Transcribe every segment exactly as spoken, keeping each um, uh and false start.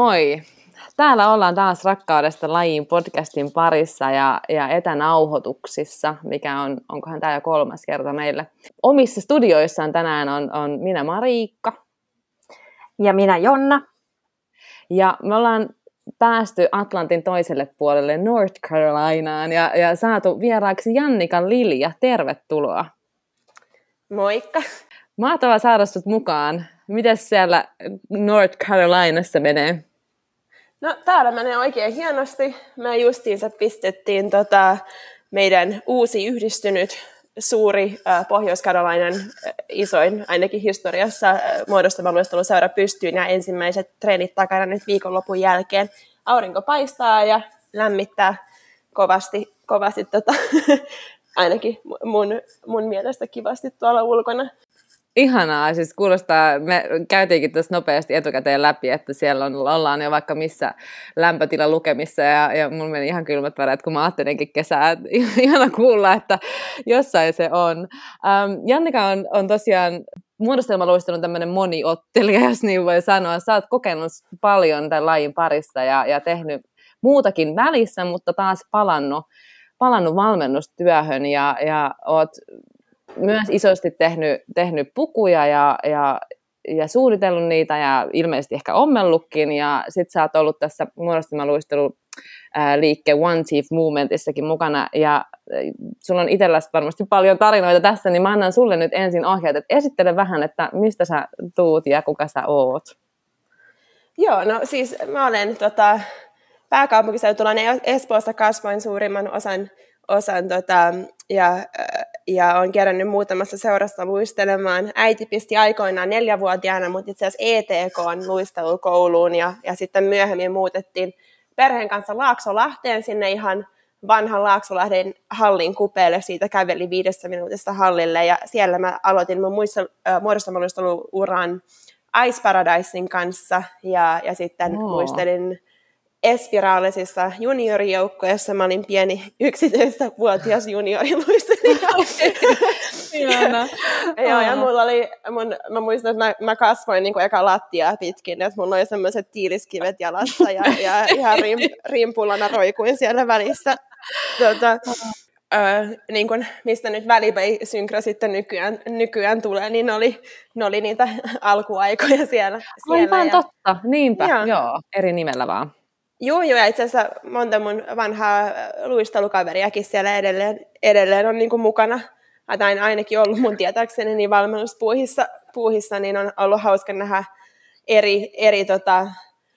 Moi! Täällä ollaan taas Rakkaudesta lajiin podcastin parissa ja, ja etänauhoituksissa, mikä on, onkohan tämä jo kolmas kerta meille. Omissa studioissaan tänään on, on minä Mariikka. Ja minä Jonna. Ja me ollaan päästy Atlantin toiselle puolelle North Carolinaan ja, ja saatu vieraaksi Jannika Lilja. Tervetuloa. Moikka. Mahtavaa saada sut mukaan. Mites siellä North Carolinassa menee? No täällä menee oikein hienosti. Me justiinsa pistettiin tota, meidän uusi yhdistynyt suuri äh, Pohjois-Carolinan äh, isoin, ainakin historiassa, äh, muodostama luisteluseura pystyyn ja ensimmäiset treenit takana nyt viikonlopun jälkeen. Aurinko paistaa ja lämmittää kovasti, kovasti tota, ainakin mun, mun mielestä kivasti tuolla ulkona. Ihanaa, siis kuulostaa, me käytiinkin tässä nopeasti etukäteen läpi, että siellä on, ollaan jo vaikka missä lämpötila lukemissa ja, ja mulla meni ihan kylmät väreet, kun mä ajattelinkin kesää. Ihana kuulla, että jossain se on. Ähm, Jannika on, on tosiaan muodostelmaluistelun tämmöinen moniottelija, jos niin voi sanoa. Sä oot kokenut paljon tämän lajin parissa ja, ja tehnyt muutakin välissä, mutta taas palannut, palannut valmennustyöhön ja, ja oot myös isosti tehnyt, tehnyt pukuja ja, ja, ja suunnitellut niitä ja ilmeisesti ehkä ommellutkin. Ja sit sä oot ollut tässä muodostelmaluisteluliikke One Teeth Movementissakin mukana. Ja sulla on itselläsi varmasti paljon tarinoita tässä, niin mä annan sulle nyt ensin ohjeet, että esittele vähän, että mistä sä tuut ja kuka sä oot. Joo, no siis mä olen tota, pääkaupunkiseutulainen Espoossa, kasvoin suurimman osan, osan tota, ja ja olen kerännyt muutamassa seurassa luistelemaan. Äiti pisti aikoinaan neljävuotiaana, mutta itse asiassa E T K:n luistelukouluun ja, ja sitten myöhemmin muutettiin perheen kanssa Laaksolahteen sinne ihan vanhan Laaksolahden hallin kupeelle. Siitä käveli viidessä minuutissa hallille ja siellä mä aloitin mun äh, muodostelmaluisteluuran Ice Paradisein kanssa ja, ja sitten oh. luistelin Espiraalisissa juniorijoukkoissa. Mä olin pieni yksitoistavuotias junioriluistelija. Joo, ja mulla oli, mun, mä muistan, että mä, mä kasvoin niin kuin eka lattiaa pitkin, että mulla oli sellaiset tiiliskivet jalassa ja, ja ihan rim, rimpulana roikuin siellä välissä. Tuota, äh, niin kuin, mistä nyt välipäisynkro sitten nykyään, nykyään tulee, niin ne oli, ne oli niitä alkuaikoja siellä. Aivan totta, niinpä, joo. joo, eri nimellä vaan. Joo, joo, ja itse asiassa monta mun vanhaa luistelukaveriakin siellä edelleen, edelleen on niin kuin mukana. Tai ainakin ollut mun tietääkseni niin valmennuspuuhissa, puuhissa, niin on ollut hauska nähdä eri, eri tota,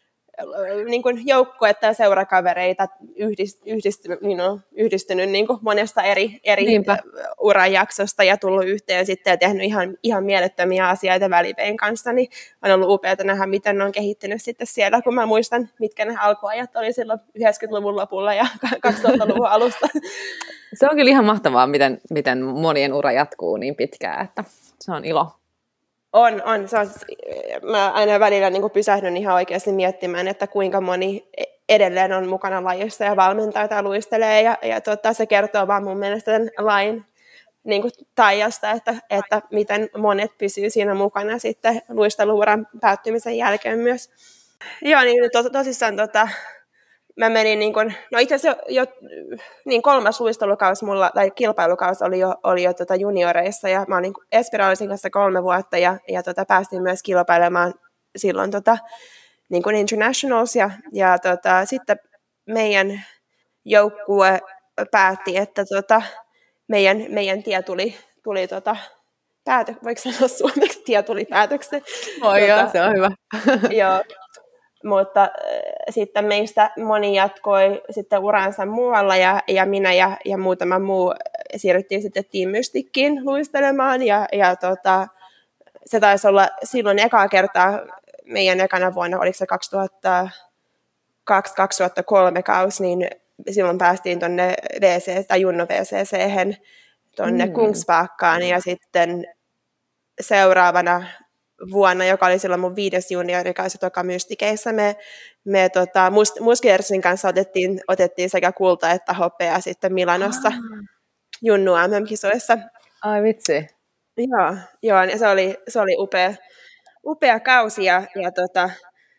niin kuin joukkuetta ja seurakavereita yhdist, yhdistynyt, niin on, yhdistynyt niin kuin monesta eri, eri urajaksosta ja tullut yhteen sitten ja tehnyt ihan, ihan mielettömiä asioita välipein kanssa, niin on ollut upeaa nähdä, miten ne on kehittynyt sitten siellä, kun mä muistan, mitkä ne alkuajat oli silloin yhdeksänkymmentäluvun lopulla ja kaksituhattaluvun alusta. Se on kyllä ihan mahtavaa, miten, miten monien ura jatkuu niin pitkään, että se on ilo. On, on. Se on mä aina välillä niin kuin pysähdyn ihan oikeasti miettimään, että kuinka moni edelleen on mukana lajissa ja valmentaa tai luistelee. Ja, ja tota, se kertoo vaan mun mielestä tämän lain niin kuin taijasta, että, että miten monet pysyy siinä mukana sitten luisteluuran päättymisen jälkeen myös. Joo, niin tos, tosissaan tota, mä menin, niin kun, no itse asiassa jo, jo niin kolmas luistelukausi mulla, tai kilpailukausi oli jo, oli jo tota junioreissa, ja mä olin Espiraalisin kanssa kolme vuotta, ja, ja tota, päästiin myös kilpailemaan silloin tota, niin kuin internationals, ja, ja tota, sitten meidän joukkue päätti, että tota, meidän, meidän tie tuli, tuli tota, päätö, voiko sanoa suomeksi, tie tuli päätökseen. Oi tota, joo, se on hyvä. Joo. Mutta äh, sitten meistä moni jatkoi sitten uransa muualla ja, ja minä ja, ja muutama muu siirryttiin sitten Team Mystickiin luistelemaan ja, ja tota, se taisi olla silloin ekaa kertaa meidän ekana vuonna, oliko se kaksituhattakaksi kaksituhattakolme kausi, niin silloin päästiin tuonne V C, tai Junno V C C:hen tuonne mm. Kungsbackkaan ja sitten seuraavana vuonna, joka oli silloin mun viides juniorikausi toka Mystikeissä, me, me tota, Muskelersin kanssa otettiin, otettiin sekä kulta että hopeaa sitten Milanossa ah. Junnu M M-kisoissa. Ai vitsi. Joo, joo ja se oli, se oli upea, upea kausi ja, ja tota,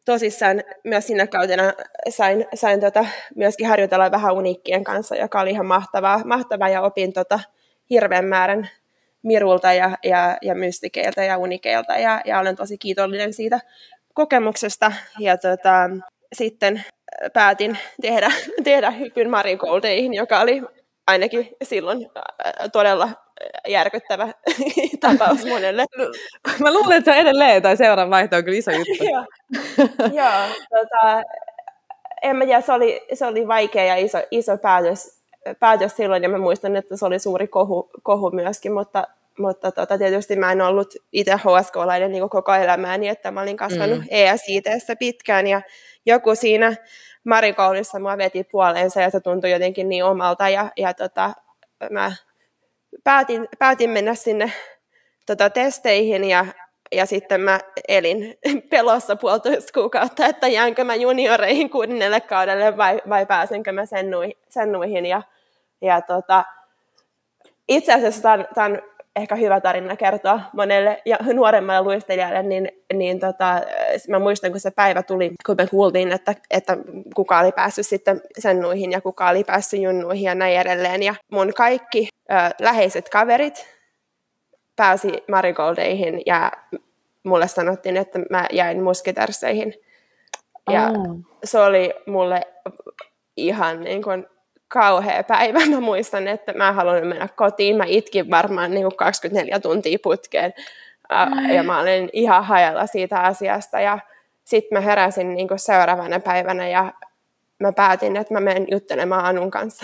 tosissaan myös sinä kautena sain, sain tota, myöskin harjoitella vähän uniikkien kanssa, joka oli ihan mahtavaa, mahtavaa ja opin tota, hirveän määrän Mirulta ja, ja, ja Mystikeiltä ja Unikeilta ja, ja olen tosi kiitollinen siitä kokemuksesta. Ja tota, sitten päätin tehdä, tehdä hypyn Marigoldeihin, joka oli ainakin silloin todella järkyttävä tapaus monelle. Mä luulen, että se on edelleen, tai seuran vaihto on kyllä iso juttu. Joo, Joo tota, en mä tiedä, se oli, se oli vaikea ja iso, iso päätös, päätös silloin, ja mä muistan, että se oli suuri kohu, kohu myöskin, mutta, mutta tota, tietysti mä en ollut itse H S K-lainen niin koko elämääni, että mä olin kasvanut mm. E S I T:ssä pitkään, ja joku siinä Marigoldissa mua veti puoleensa, ja se tuntui jotenkin niin omalta, ja, ja tota, mä päätin, päätin mennä sinne tota, testeihin, ja Ja sitten mä elin pelossa puolitoista kuukautta, että jäänkö mä junioreihin kuudennelle kaudelle vai, vai pääsenkö mä sennuihin. Ja, ja tota, itse asiassa tämä on ehkä hyvä tarina kertoa monelle ja nuoremmalle luistelijalle, niin, niin tota, mä muistan, kun se päivä tuli, kun me kuultiin, että, että kuka oli päässyt sitten sennuihin ja kuka oli päässyt junnuihin ja näin edelleen. Ja mun kaikki äh, läheiset kaverit pääsi Marigoldeihin ja mulle sanottiin, että mä jäin Musketeersiin. Ja oh. se oli mulle ihan niin kuin kauhea päivä. Mä muistan, että mä haluan mennä kotiin. Mä itkin varmaan niin kuin kaksikymmentäneljä tuntia putkeen. Mm. Ja mä olin ihan hajalla siitä asiasta. Ja sitten mä heräsin niin kuin seuraavana päivänä ja mä päätin, että mä menen juttelemaan Anun kanssa.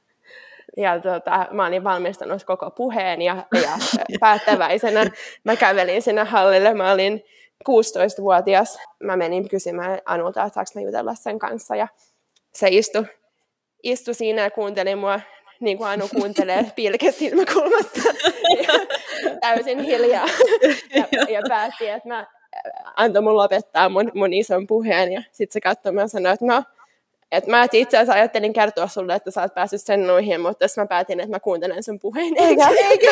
Ja tota, mä olin valmistanut koko puheen ja, ja päättäväisenä mä kävelin sinne hallille. Mä olin kuusitoistavuotias. Mä menin kysymään Anulta, että saanko mä jutella sen kanssa. Ja se istui, istui siinä ja kuunteli mua, niin kuin Anu kuuntelee pilke silmäkulmasta. Täysin hiljaa. Ja, ja päätti, että mä antoi mun lopettaa mun, mun ison puheen. Ja sitten se katsoi ja sanoi, että no, et mä itse asiassa ajattelin kertoa sulle, että sä oot päässyt sennuihin, mutta mä päätin, että mä kuuntelen sun puheen. Eikä, eikä.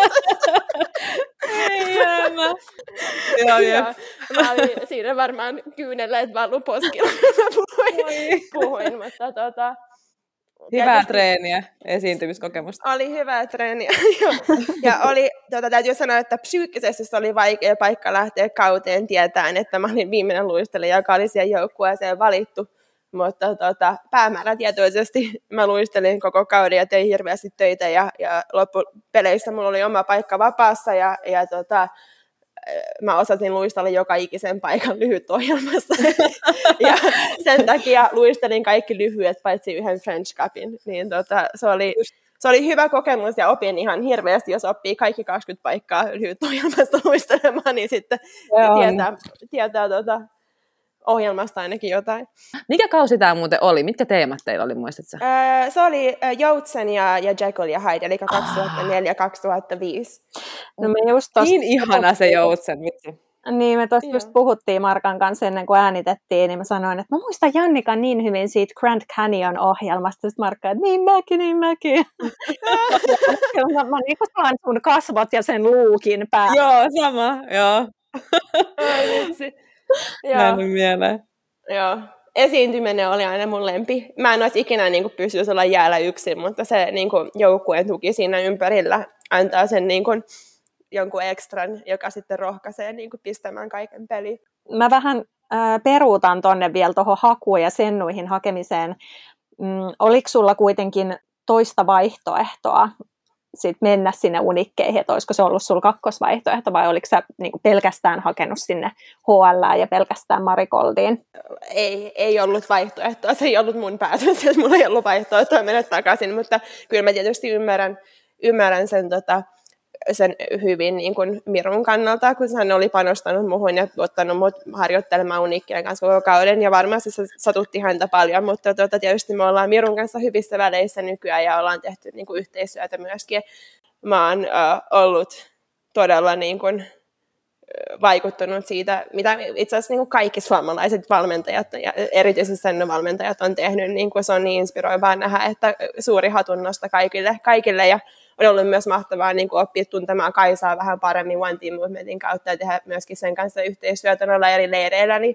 Ei jäämä. Joo, joo. Mä olin siinä varmaan kyyneleet vallu poskilla, mä puhuin, puhuin mutta tota... Hyvää tietysti treeniä, esiintymiskokemusta. Oli hyvää treeniä, joo. Ja oli, tota, täytyy sanoa, että psyykkisesti se oli vaikea paikka lähteä kauteen tietäen, että mä olin viimeinen luistelija, joka oli siihen joukkueeseen valittu. Mutta tota, päämäärätietoisesti mä luistelin koko kauden ja tein hirveästi töitä ja, ja loppupeleissä mulla oli oma paikka vapaassa ja, ja tota, mä osasin luistella joka ikisen paikan lyhytohjelmassa. Ja sen takia luistelin kaikki lyhyet paitsi yhden French Cupin. Niin tota, se, oli, se oli hyvä kokemus ja opin ihan hirveästi, jos oppii kaikki kaksikymmentä paikkaa lyhytohjelmasta luistelemaan, niin sitten tietää, tietää tota, ohjelmasta ainakin jotain. Mikä kausi tämä muuten oli? Mitkä teemat teillä oli, muistatko? Öö, se oli Joutsen ja, ja Jekyll ja Hyde, eli kaksituhattaneljä kaksituhattaviisi. No me just tosta niin ihana se Joutsen, vitsi. Niin, me tuossa just puhuttiin Markan kanssa ennen kuin äänitettiin, niin mä sanoin, että mä muistan Jannikan niin hyvin siitä Grand Canyon-ohjelmasta. Sitten Markka, että niin mäkin, niin mäkin. mä, mä niin kuin saan sun kasvot ja sen luukin päälle. Joo, sama, joo. Ai vitsi. Näin mieleen. Joo. Esiintyminen oli aina mun lempi. Mä en olisi ikinä niin kuin, pystyisi olla jäällä yksin, mutta se niin kuin, joukkueen tuki siinä ympärillä antaa sen niin kuin, jonkun ekstran, joka sitten rohkaisee niin kuin, pistämään kaiken peliin. Mä vähän äh, peruutan tonne vielä tuohon hakuun ja sennuihin hakemiseen. Mm, oliko sulla kuitenkin toista vaihtoehtoa sit mennä sinne unikkeihin, että olisiko se ollut sulla kakkosvaihtoehto vai oliko sä niin kuin pelkästään hakenut sinne H L ja pelkästään Marigoldiin? Ei, ei ollut vaihtoehtoa, se ei ollut mun päätös, että mulla ei ollut vaihtoehtoa mennä takaisin, mutta kyllä mä tietysti ymmärrän, ymmärrän sen, tota, sen hyvin niin kuin Mirun kannalta, kun hän oli panostanut muhun ja ottanut mut harjoittelemaan unikkien kanssa koko kauden, ja varmasti se satutti häntä paljon, mutta tota, tietysti me ollaan Mirun kanssa hyvissä väleissä nykyään ja ollaan tehty niin kuin yhteistyötä myöskin. Mä oon äh, ollut todella niin kuin, vaikuttunut siitä, mitä itse asiassa niin kuin kaikki suomalaiset valmentajat ja erityisesti sennovalmentajat on tehnyt, niin kuin se on niin inspiroivaa nähdä, että suuri hatunnosta kaikille, kaikille ja on ollut myös mahtavaa niin kuin oppia tuntemaan Kaisaa vähän paremmin One Team Movementin kautta ja tehdä myöskin sen kanssa yhteistyötä noilla eri leireillä, niin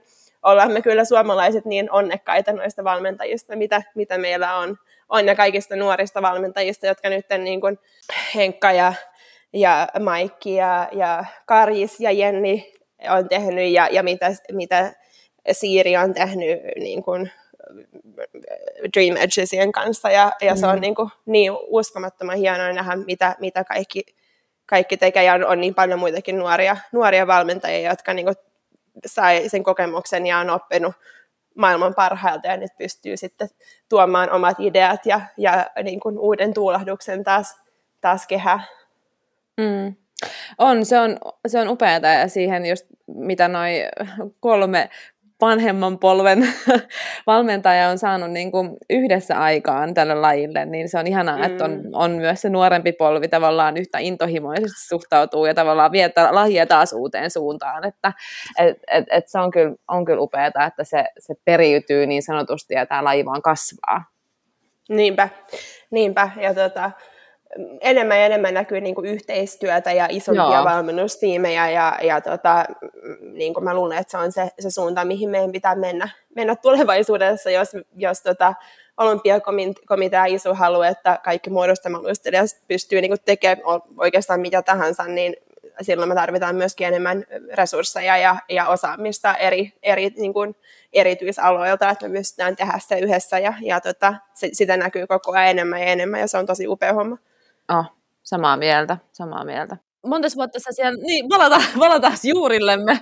ollaan me kyllä suomalaiset niin onnekkaita noista valmentajista, mitä, mitä meillä on. On ja kaikista nuorista valmentajista, jotka nyt niin kuin Henkka ja, ja Maikki ja, ja Karis ja Jenni on tehnyt ja, ja mitä, mitä Siiri on tehnyt niin kuin Dream Edgesien kanssa ja, ja se on mm. niin, kuin, niin uskomattoman hienoa nähdä, mitä, mitä kaikki, kaikki tekee ja on, on niin paljon muitakin nuoria, nuoria valmentajia, jotka niin kuin sai sen kokemuksen ja on oppinut maailman parhailta ja nyt pystyy sitten tuomaan omat ideat ja, ja niin kuin uuden tuulahduksen taas, taas kehään. Mm. On, se on, se on upeata ja siihen just mitä noi kolme vanhemman polven valmentaja on saanut niin kuin yhdessä aikaan tälle lajille, niin se on ihanaa, mm. että on, on myös se nuorempi polvi tavallaan yhtä intohimoisesti suhtautuu ja tavallaan vie lajia taas uuteen suuntaan, että et, et, et se on kyllä, on kyllä upeata, että se, se periytyy niin sanotusti ja tämä laji vaan kasvaa. Niinpä, niinpä ja tota, enemmän ja enemmän näkyy niin kuin yhteistyötä ja isompia Joo. valmennustiimejä ja, ja tota, niin kuin mä luulen, että se on se, se suunta, mihin meidän pitää mennä, mennä tulevaisuudessa, jos, jos tota, olympiakomitea iso haluaa, että kaikki muodostamaluistelijat pystyy niin kuin tekemään oikeastaan mitä tahansa, niin silloin me tarvitaan myöskin enemmän resursseja ja, ja osaamista eri, eri niin kuin erityisaloilta, että me pystytään tehdä se yhdessä ja, ja tota, se, sitä näkyy koko ajan enemmän ja enemmän ja se on tosi upea homma. Oh, samaa mieltä, samaa mieltä. Montas vuotta sä siellä, niin valataan, valataan juurillemme.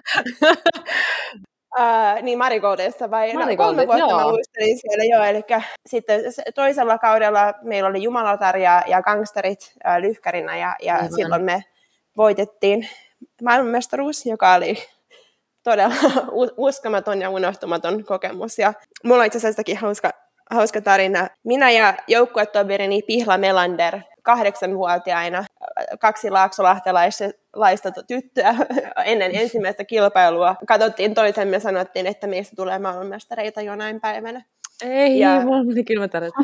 Uh, niin Marigoldessa vai? No, kolme vuotta joo. Mä luistelin siellä jo, eli sitten toisella kaudella meillä oli Jumalatar ja, ja Gangsterit äh, lyhkärinä ja, ja silloin me voitettiin maailmanmestaruus, joka oli todella uskomaton ja unohtumaton kokemus. Ja mulla on itse asiassa hauska, hauska tarina. Minä ja joukkuetoverini Pihla Melander kahdeksanvuotiaina kaksi laaksolahtelaista tyttöä ennen ensimmäistä kilpailua katsottiin toisemme ja sanottiin, että meistä tulee maailmanmestareita jonain päivänä. Ei, ja, mulla meni kylmätäret.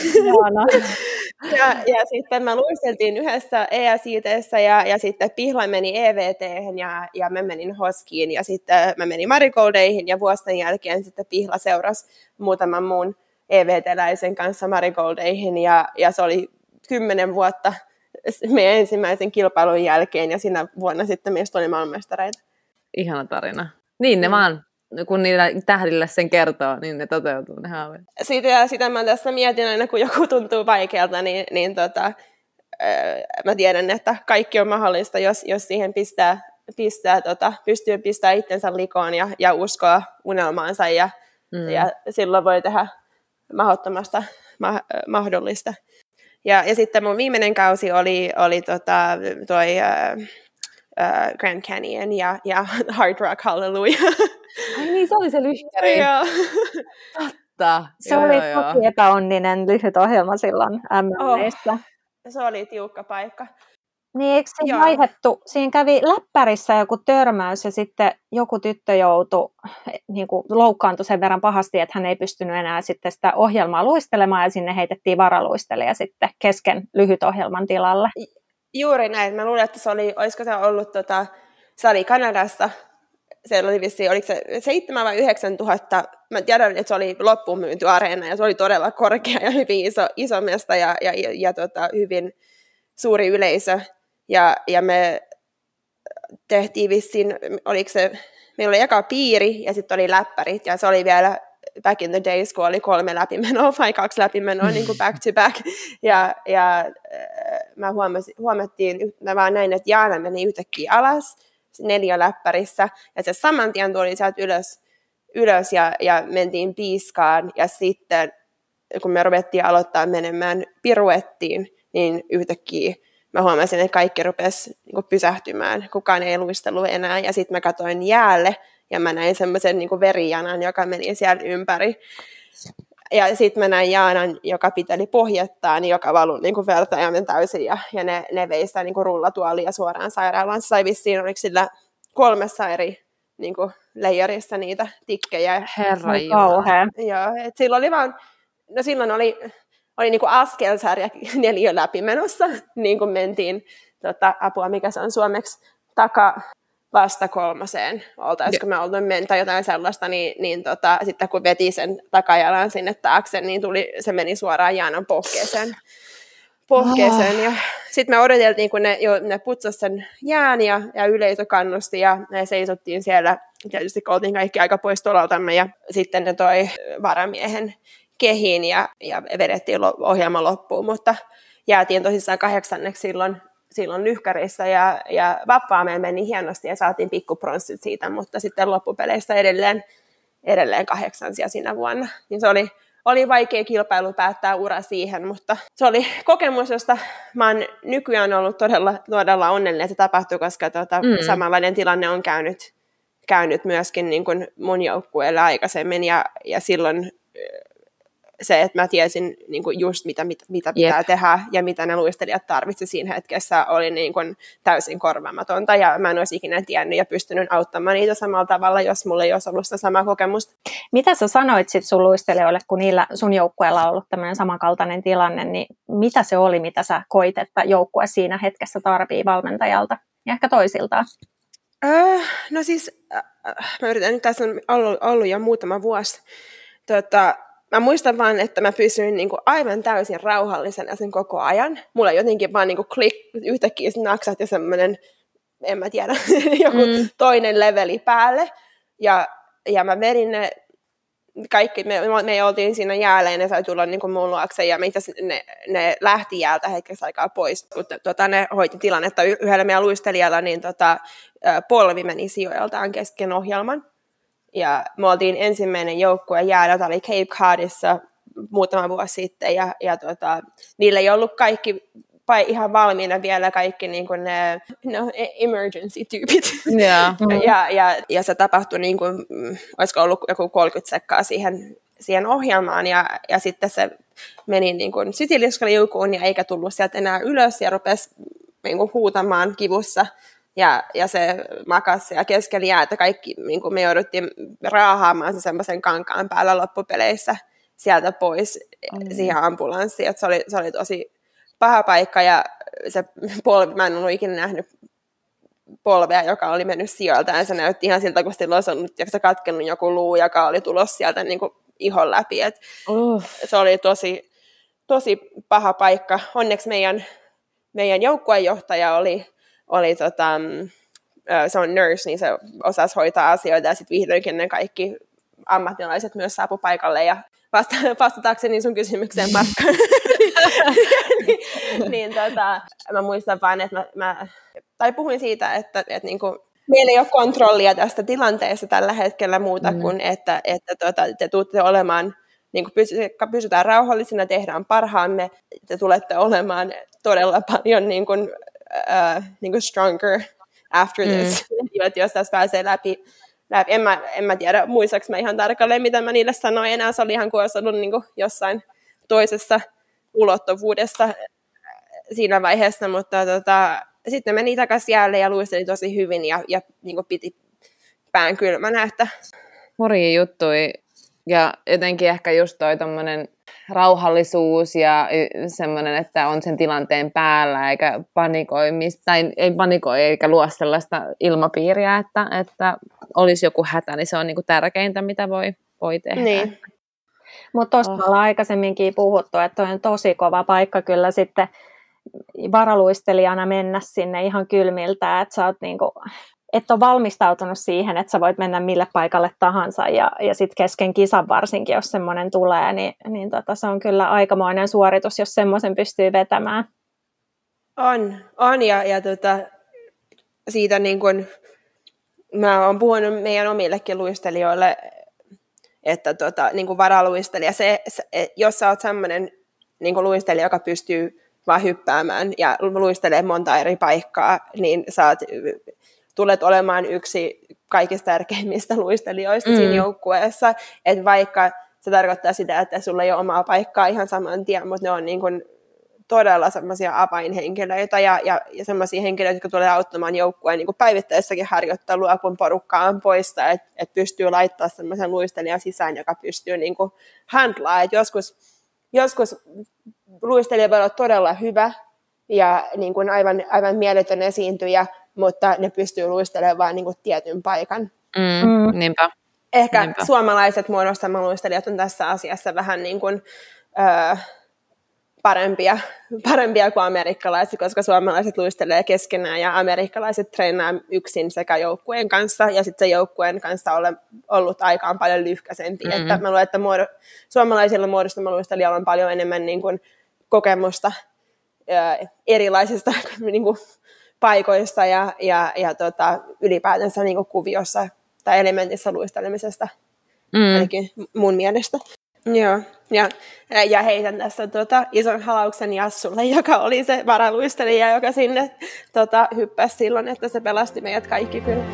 ja, ja sitten me luisteltiin yhdessä E S I T:ssä ja, ja sitten Pihla meni E V T:hen ja, ja mä menin Hoskiin ja sitten mä menin Marigoldeihin ja vuosien jälkeen sitten Pihla seurasi muutaman muun E V T-läisen kanssa Marigoldeihin ja, ja se oli kymmenen vuotta meidän ensimmäisen kilpailun jälkeen ja siinä vuonna sitten meistä oli maailmanmestareita. Ihana tarina. Niin ne mm. vaan, kun niillä tähdillä sen kertoo, niin ne toteutuu ne haaveet. Sitä, sitä mä tässä mietin aina, kun joku tuntuu vaikealta, niin, niin tota, mä tiedän, että kaikki on mahdollista, jos, jos siihen pistää, pistää, tota, pystyy pistämään itsensä likoon ja, ja uskoa unelmaansa ja, mm. ja silloin voi tehdä mahdottomasta ma- mahdollista. Ja, ja sitten mun viimeinen kausi oli, oli tota, toi uh, uh, Grand Canyon ja, ja Hard Rock Hallelujah. Ai niin, se oli se lyhkäri. Joo. Totta. Se joo, oli joo, tosi joo. epäonninen lyhyt ohjelma silloin M M A:ssä. Oh, se oli tiukka paikka. Niin, eikö se vaihdettu? Siinä kävi läppärissä joku törmäys ja sitten joku tyttö joutui, niin kuin loukkaantui sen verran pahasti, että hän ei pystynyt enää sitten sitä ohjelmaa luistelemaan ja sinne heitettiin varaluistelija sitten kesken lyhyt ohjelman tilalle. Juuri näin. Mä luulen, että se oli, olisiko se ollut, tota, se oli Kanadassa. Siellä oli vissiin, oliko se seitsemän vai yhdeksän tuhatta. Mä tiedän, että se oli loppuun myyty areena ja se oli todella korkea ja hyvin iso, iso mesta ja, ja, ja, ja tota, hyvin suuri yleisö. Ja, ja me tehtiin vissiin, oliko se, meillä oli eka piiri ja sitten oli läppärit ja se oli vielä back in the days, kun oli kolme läpimenoa vai kaksi läpimenoa niin kuin back to back. Ja, ja mä huomasin, huomattiin, mä vaan näin, että Jaana meni yhtäkkiä alas neljä läppärissä ja se saman tien tuli sieltä ylös, ylös ja, ja mentiin piiskaan ja sitten kun me ruvettiin aloittaa menemään piruettiin, niin yhtäkkiä mä huomasin, että kaikki rupesi niin pysähtymään, kukaan ei luistellut enää, ja sitten mä katsoin jäälle, ja mä näin semmoisen niin verijanan, joka meni siellä ympäri. Ja sitten mä näin Jaanan, joka piteli pohjettaan, joka valui niin verta ja meni täysin, ja, ja ne, ne vei sitä niin rullatuolia suoraan sairaalaan. Se sai vissiin, oliko sillä kolmessa eri niin leijarissa niitä tikkejä. Herra Jumala. Joo, et silloin oli vaan, no silloin oli... Oli niin kuin askelsarja neljä läpi menossa, niin kuin mentiin tota, apua, mikä se on suomeksi, taka, vasta kolmoseen oltaisiko me oltu mennyt tai jotain sellaista, niin, niin tota, sitten kun veti sen takajalan sinne taakse, niin tuli, se meni suoraan Jaanan pohkeeseen. pohkeeseen. Oh. Ja sitten me odoteltiin, kun ne, jo, ne putsasi sen jään ja, ja yleisö kannusti ja me seisottiin siellä. Tietysti oltiin kaikki aika pois tolaltamme ja sitten ne toi varamiehen kehiin ja, ja vedettiin ohjelma loppuun, mutta jäätiin tosissaan kahdeksanneksi silloin, silloin lyhkärissä ja, ja vappaameen meni hienosti ja saatiin pikkupronssit siitä, mutta sitten loppupeleissä edelleen, edelleen kahdeksansia siinä vuonna. Niin se oli, oli vaikea kilpailu päättää ura siihen, mutta se oli kokemus, josta mä oon nykyään ollut todella, todella onnellinen, että se tapahtui, koska tota, mm. samanlainen tilanne on käynyt, käynyt myöskin niin kuin mun joukkueella aikaisemmin ja, ja silloin se, että mä tiesin niin kuin just mitä, mitä, mitä pitää yep. tehdä ja mitä ne luistelijat tarvitsi siinä hetkessä oli niin kuin täysin korvaamatonta ja mä en olisi ikinä tiennyt ja pystynyt auttamaan niitä samalla tavalla, jos mulla ei olisi ollut sitä samaa kokemusta. Mitä sä sanoit sit sun luistelijoille, kun niillä sun joukkueella on ollut tämmöinen samankaltainen tilanne, niin mitä se oli, mitä sä koit, että joukkue siinä hetkessä tarvii valmentajalta ja ehkä toisiltaan? Äh, no siis, äh, mä yritän nyt, tässä on ollut, ollut jo muutama vuosi, tota, mä muistan vaan, että mä pysyin niinku aivan täysin rauhallisena sen koko ajan. Mulla jotenkin vaan niinku klik, yhtäkkiä naksat ja semmoinen, en mä tiedä, joku mm. toinen leveli päälle. Ja, ja mä vedin ne kaikki, me, me oltiin siinä jäällä ja ne sai tulla niinku mun luokse ja meitä, ne, ne lähti jäältä hetkeksi aikaa pois. Kun tota, ne hoiti tilannetta yhdellä meidän luistelijalla, niin tota, polvi meni sijoiltaan kesken ohjelman. Ja me oltiin ensimmäinen joukkue jäällä, tämä oli Cape Codissa muutama vuosi sitten, ja, ja tota, niillä ei ollut kaikki ihan valmiina vielä kaikki niin kuin ne no, emergency-tyypit. Yeah. Mm-hmm. ja, ja, ja se tapahtui, niin kuin, olisiko ollut joku kolmekymmentä sekkaa siihen, siihen ohjelmaan, ja, ja sitten se meni niin kuin sisiliskaliukuun, ja eikä tullut sieltä enää ylös, ja rupesi niin kuin huutamaan kivussa. Ja, ja se makasi ja keskellä jäätä kaikki, niin kuin me jouduttiin raahaamaan se semmoisen kankaan päällä loppupeleissä sieltä pois mm. siihen ambulanssiin. Että se, oli, se oli tosi paha paikka ja se polvi, mä en ollut ikinä nähnyt polvea, joka oli mennyt sijoiltaan. Ja se näytti ihan siltä, kun sillä olisi ollut ja se katkennut joku luu, joka oli tulossa sieltä niin kuin ihon läpi. Et uh. Se oli tosi, tosi paha paikka. Onneksi meidän, meidän joukkuejohtaja oli oli tota, se on nurse, niin se osasi hoitaa asioita ja sitten vihdoinkin ne kaikki ammattilaiset myös saapu paikalle ja vasta, vastatakseni sun kysymykseen Markka, niin, niin tota, mä muistan vaan, että mä, mä tai puhuin siitä, että, että niinku, meillä ei ole kontrollia tästä tilanteesta tällä hetkellä muuta mm. kuin, että, että tota, te tuutte olemaan, niin kuin pysytään rauhallisina, tehdään parhaamme, te tulette olemaan todella paljon niin kuin, Uh, niin kuin stronger after this, mm. jos tässä pääsee läpi. läpi. En, mä, en mä tiedä, muistaaks mä ihan tarkalleen, mitä mä niille sanoin enää. Se oli ihan kuin olisi ollut niin kuin jossain toisessa ulottuvuudessa siinä vaiheessa, mutta tota, sitten meni takaisin jäälle ja luisteli tosi hyvin ja, ja niin kuin piti pään kylmänä. Että... Hurjia juttui ja jotenkin ehkä just toi tommonen rauhallisuus ja semmoinen, että on sen tilanteen päällä eikä panikoi, tai ei panikoi eikä luo sellaista ilmapiiriä, että, että olisi joku hätä, niin se on niinku tärkeintä, mitä voi, voi tehdä. Niin. Mutta tuosta oh. ollaan aikaisemminkin puhuttu, että on tosi kova paikka kyllä sitten varaluistelijana mennä sinne ihan kylmiltä, että sä oot niinku... et ole valmistautunut siihen, että sä voit mennä mille paikalle tahansa ja, ja sitten kesken kisan varsinkin, jos semmoinen tulee, niin, niin tota, se on kyllä aikamoinen suoritus, jos semmoisen pystyy vetämään. On, on ja, ja tota, siitä niin kun, mä oon puhunut meidän omillekin luistelijoille, että tota, niin kuin varaluistelija, se, se, jos sä oot semmoinen niin kuin luistelija, joka pystyy vaan hyppäämään ja luistelee monta eri paikkaa, niin sä oot... tulet olemaan yksi kaikista tärkeimmistä luistelijoista mm. siinä joukkueessa, että vaikka se tarkoittaa sitä, että sulla ei ole omaa paikkaa ihan saman tien, mutta ne on niin kuin todella semmoisia avainhenkilöitä ja, ja, ja semmoisia henkilöitä, jotka tulee auttamaan joukkueen niin kuin päivittäissäkin harjoittelua, kun porukka on poista, että et pystyy laittamaan semmoisen luistelijan sisään, joka pystyy niin kuin handlaa. Et joskus, joskus luistelija voi olla todella hyvä ja niin kuin aivan, aivan mieletön esiintyjä, mutta ne pystyy luistelemaan vain niin kuin tietyn paikan. Mm, mm. Niinpä. Ehkä Niinpä. suomalaiset muodostelmaluistelijat on tässä asiassa vähän niin kuin, öö, parempia, parempia kuin amerikkalaiset, koska suomalaiset luistelee keskenään ja amerikkalaiset treenaa yksin sekä joukkueen kanssa ja sitten se joukkueen kanssa on ollut aikaan paljon lyhkäisempi. Mm-hmm. Että mä luulen, että muodo, suomalaisilla muodostelmaluistelijoilla on paljon enemmän niin kuin kokemusta öö, erilaisista niin kuin paikoista ja, ja, ja tota, ylipäätänsä niin kuin kuviossa tai elementissä luistelemisesta, mm. ainakin mun mielestä. Joo, ja, ja heitän tässä tota, ison halauksen Jassulle, joka oli se varaluistelija, joka sinne tota, hyppäsi silloin, että se pelasti meidät kaikki kyllä.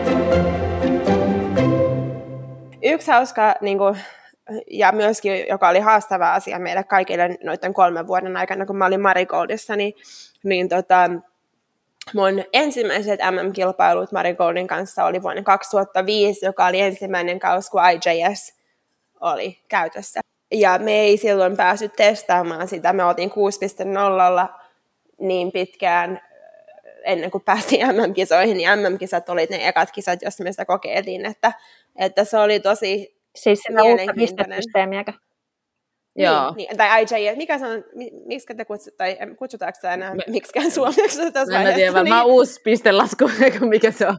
Yksi hauska, niin kuin, ja myöskin, joka oli haastava asia meille kaikille noiden kolmen vuoden aikana, kun mä olin Marigoldissa, niin, niin tota, mun ensimmäiset M M-kilpailut Marigoldin kanssa oli vuonna kaksituhattaviisi, joka oli ensimmäinen kausi, kun I J S oli käytössä. Ja me ei silloin päässyt testaamaan sitä. Me oltiin kuusi piste nolla niin pitkään ennen kuin päästiin M M-kisoihin. Niin M M-kisat oli ne ekat kisat, joissa me sitä kokeiltiin. Että, että se oli tosi siis sitä uutta pistesysteemiäkö? Joo. Niin, tai I J S, mikä se on, miksi te kutsut, tai kutsutaanko sitä enää me, miksikään suomeksi tässä vaiheessa? En tiedä, niin. Mä uusi pistelasku, mikä se on.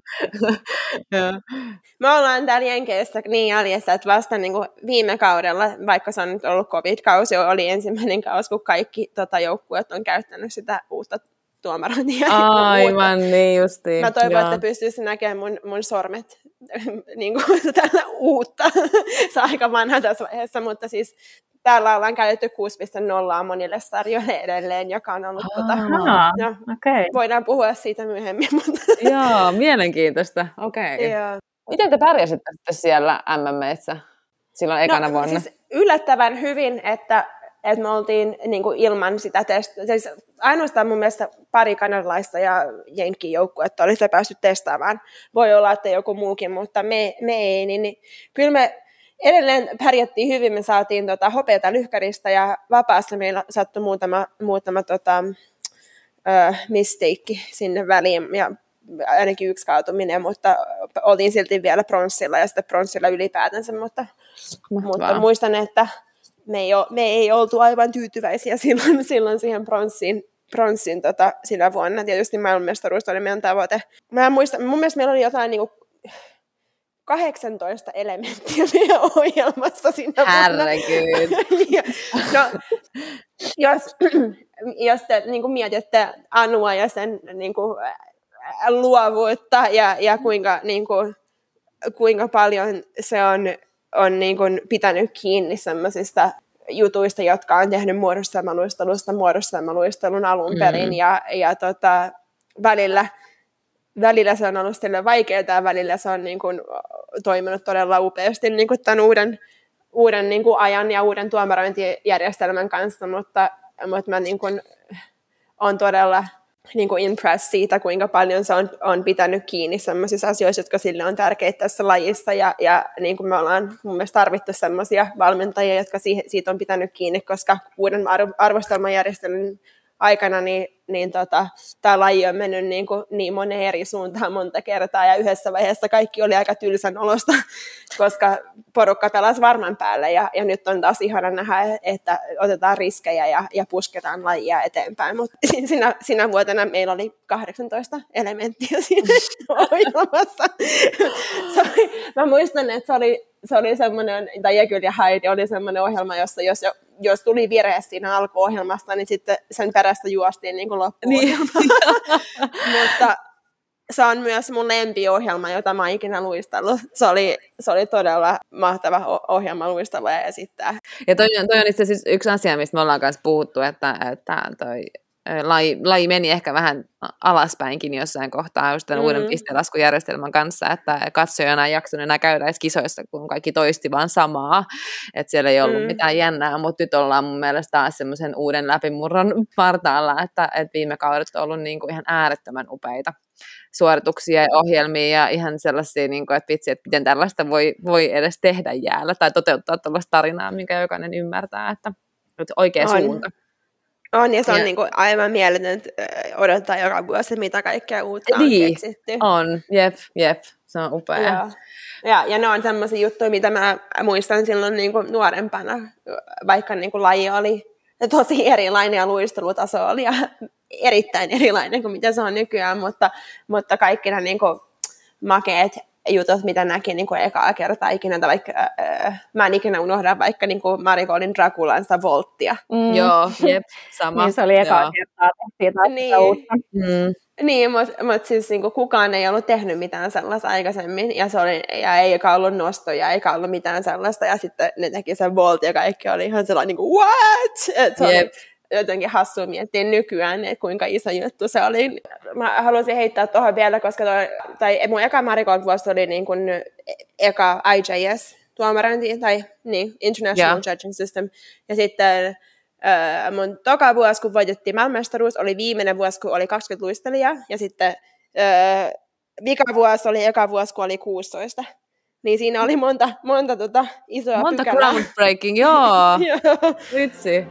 Me ollaan täällä Jenkeissä niin jäljessä, että vasta niin kuin viime kaudella, vaikka se on nyt ollut covid-kausi, oli ensimmäinen kausi, kun kaikki tota, joukkueet on käyttänyt sitä uutta tuomarointia. Aivan, niin justiin. Mä toivon, Joo. että pystyisi näkemään mun, mun sormet niin kuin tällä uutta. Se on aika vanha tässä vaiheessa, mutta siis täällä ollaan käytetty kuusi piste nolla monille sarjoille edelleen, joka on ollut... Tota, no, okay. Voidaan puhua siitä myöhemmin. Mutta Joo, mielenkiintoista. Okei. Okay. Miten te pärjäsitte siellä M M:issä silloin ekana no, vuonna? Siis yllättävän hyvin, että, että me oltiin niin kuin ilman sitä testia. Siis ainoastaan mun mielestä pari kanadalaista ja jenkkijoukkuetta oli se päässyt testaamaan. Voi olla, että joku muukin, mutta me, me ei. Niin, niin, kyllä me edelleen pärjättiin hyvin, me saatiin tota, hopeata lyhkäristä ja vapaassa meillä sattui muutama, muutama tota, ö, mistake sinne väliin ja ainakin yksi kaatuminen, mutta oltiin silti vielä pronssilla ja sitten pronssilla ylipäätänsä, mutta, mutta muistan, että me ei, ole, me ei oltu aivan tyytyväisiä silloin, silloin siihen pronssiin. Pronssin tota, sinä vuonna. Tietysti maailmanmestaruus oli meidän tavoite. Mä muistan, mun mielestä meillä oli jotain niin kuin kahdeksantoista elementtiä meidän ohjelmassa sinä vuonna. Herregud. No, jos, jos te niin kuin mietitte Anua ja sen niin kuin, luovuutta ja, ja kuinka, niin kuin, kuinka paljon se on, on niin kuin, pitänyt kiinni sellaisista jutuista, jotka on tehnyt muodostelmaluistelusta muodostelmaluistelun alun perin, mm. ja, ja tota, välillä, välillä se on ollut sille vaikeaa, ja välillä se on niin kuin, toiminut todella upeasti niin kuin tämän uuden, uuden niin kuin ajan ja uuden tuomarointijärjestelmän kanssa, mutta, mutta mä niin kuin, olen todella niin kuin impressed siitä, kuinka paljon se on, on pitänyt kiinni sellaisissa asioissa, jotka sille on tärkeitä tässä lajissa, ja, ja niin kuin me ollaan mun mielestä tarvittu sellaisia valmentajia, jotka siihen, siitä on pitänyt kiinni, koska uuden arvostelmajärjestelmän aikana niin, niin tota, tämä laji on mennyt niin, kuin niin moneen eri suuntaan monta kertaa, ja yhdessä vaiheessa kaikki oli aika tylsän olosta, koska porukka pelasi varman päälle, ja, ja nyt on taas ihana nähdä, että otetaan riskejä ja, ja pusketaan lajia eteenpäin, mutta sinä, sinä vuotena meillä oli kahdeksantoista elementtiä siinä ohjelmassa. Oli, mä muistan, että se oli, se oli semmoinen, tai Jekyll ja Hyde oli semmoinen ohjelma, jossa jos jo jos tuli virhe siinä alkuohjelmasta, niin sitten sen perästä juostiin niin kuin loppuun. Niin. Mutta se on myös mun lempiohjelma, jota mä oon ikinä luistellut. Se oli, se oli todella mahtava ohjelma luistella ja esittää. Ja toi, toi on itse asiassa yksi asia, mistä me ollaan kanssa puhuttu, että, että toi laji, laji meni ehkä vähän alaspäinkin jossain kohtaa just tämän mm-hmm. uuden pistelaskujärjestelmän kanssa, että katsojana ei jaksanut enää käydä edes kisoissa, kun kaikki toisti vaan samaa, että siellä ei ollut mm-hmm. mitään jännää, mutta nyt ollaan mun mielestä taas semmoisen uuden läpimurron partaalla, että, että viime kaudet on ollut niin kuin ihan äärettömän upeita suorituksia ja ohjelmia ja ihan sellaisia, niin kuin, että vitsi, että miten tällaista voi, voi edes tehdä jäällä tai toteuttaa tällaista tarinaa, minkä jokainen ymmärtää, että, että oikea on. suunta. On, ja se on Ja- niin kuin aivan mieletöntä odottaa joka vuosi, mitä kaikkea uutta on Niin, keksitty. on, jep, jep, se on upea. Joo. Ja, ja ne on semmoisia juttuja, mitä mä muistan silloin niin kuin nuorempana, vaikka niin kuin laji oli tosi erilainen ja luistelutaso oli ja erittäin erilainen kuin mitä se on nykyään, mutta, mutta kaikki nämä niin kuin makeet jutut, mitä näki niin kuin ekaa kertaa ikinä, tai vaikka, äh, mä en ikinä unohda vaikka niin kuin Marigoldin Draculan sitä volttia. Mm. Joo, jep, sama. Niin se oli ekaa Joo. kertaa tehtiin taas Niin. sitä uutta. Mm. Niin, mutta mut siis niinku kukaan ei ollut tehnyt mitään sellaista aikaisemmin, ja, se oli, ja eikä ollut nostoja, eikä ollut mitään sellaista, ja sitten ne teki sen volt, ja kaikki oli ihan sellainen niinku, what? Et se Jep. oli jotenkin hassua miettiä nykyään, että kuinka iso juttu se oli. Mä haluaisin heittää tuohon vielä, koska toi, tai mun eka Marigold-vuosi oli niin kuin eka I J S-tuomarointi, tai niin, International Yeah. Judging System, ja sitten Uh, mun toka vuosi, kun voitettiin maailmanmestaruus, oli viimeinen vuosi, kun oli kaksikymmentä luistelijaa, ja sitten uh, vika vuosi oli eka vuosi, kun oli kuusitoista. Niin siinä oli monta, monta tota, isoa Monta pykälää. groundbreaking, joo. Joo. Vitsi.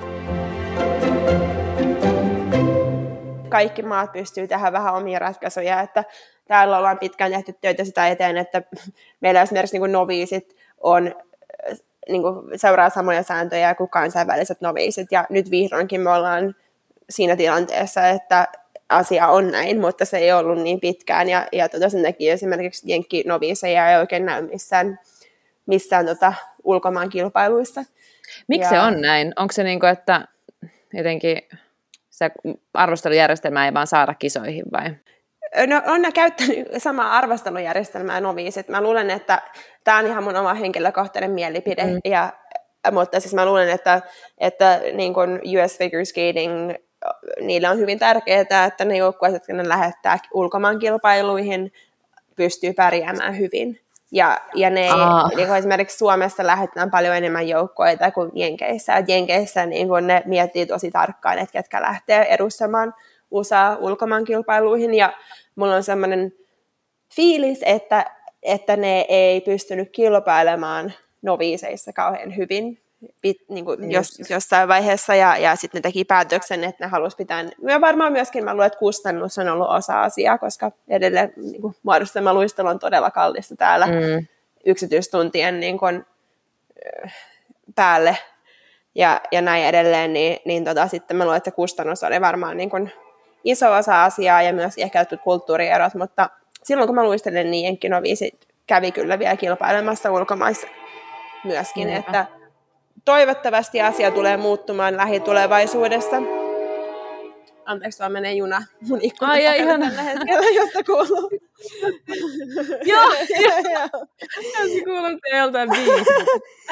Kaikki maat pystyy tehdä vähän omia ratkaisuja, että täällä ollaan pitkään tehty töitä sitä eteen, että meillä esimerkiksi niin noviisit on niin kuin seuraa samoja sääntöjä kuin kansainväliset noviisit, ja nyt vihdoinkin me ollaan siinä tilanteessa, että asia on näin, mutta se ei ollut niin pitkään, ja, ja tota, sen takia esimerkiksi jenkkinoviiseja ei oikein näy missään, missään tota, ulkomaan kilpailuissa. Miksi se on näin? Onko se niin kuin, että jotenkin se arvostelujärjestelmää ei vaan saada kisoihin vai? No, on ne käyttänyt samaa arvostelujärjestelmää noviisit. Mä luulen, että tämä on ihan mun oma henkilökohtainen mielipide, mm. ja, mutta siis mä luulen, että, että niin kuin U S Figure Skating, niillä on hyvin tärkeää, että ne joukkueet, jotka ne lähettää ulkomaan kilpailuihin, pystyy pärjäämään hyvin. Ja, ja ne, niin kuin esimerkiksi Suomessa lähetetään paljon enemmän joukkoita kuin Jenkeissä. Et Jenkeissä niin kuin ne miettii tosi tarkkaan, että ketkä lähtee edustamaan U S A ulkomaan kilpailuihin, ja mulla on sellainen fiilis, että, että ne ei pystynyt kilpailemaan noviiseissa kauhean hyvin pit, niin kuin jos, jossain vaiheessa, ja, ja sitten ne teki päätöksen, että ne halusi pitää, ja varmaan myöskin mä luulen, että kustannus on ollut osa asiaa, koska edelleen niin kuin muodostama luistelu on todella kallista täällä mm. yksityistuntien niin kuin, päälle, ja, ja näin edelleen, niin, niin tota, sitten mä luulen, että se kustannus oli varmaan niin kuin iso osa asiaa ja myös ehkä jotkut kulttuurierot, mutta silloin kun mä luistelin, niin jenkkinoviisit kävi kyllä vielä kilpailemassa ulkomaissa myöskin, mm. että toivottavasti asia tulee muuttumaan lähitulevaisuudessa. Anteeksi, vaan menee juna mun ikkunan takana tällä hetkellä, josta kuuluu. Joo, se kuuluu joltain biisiltä.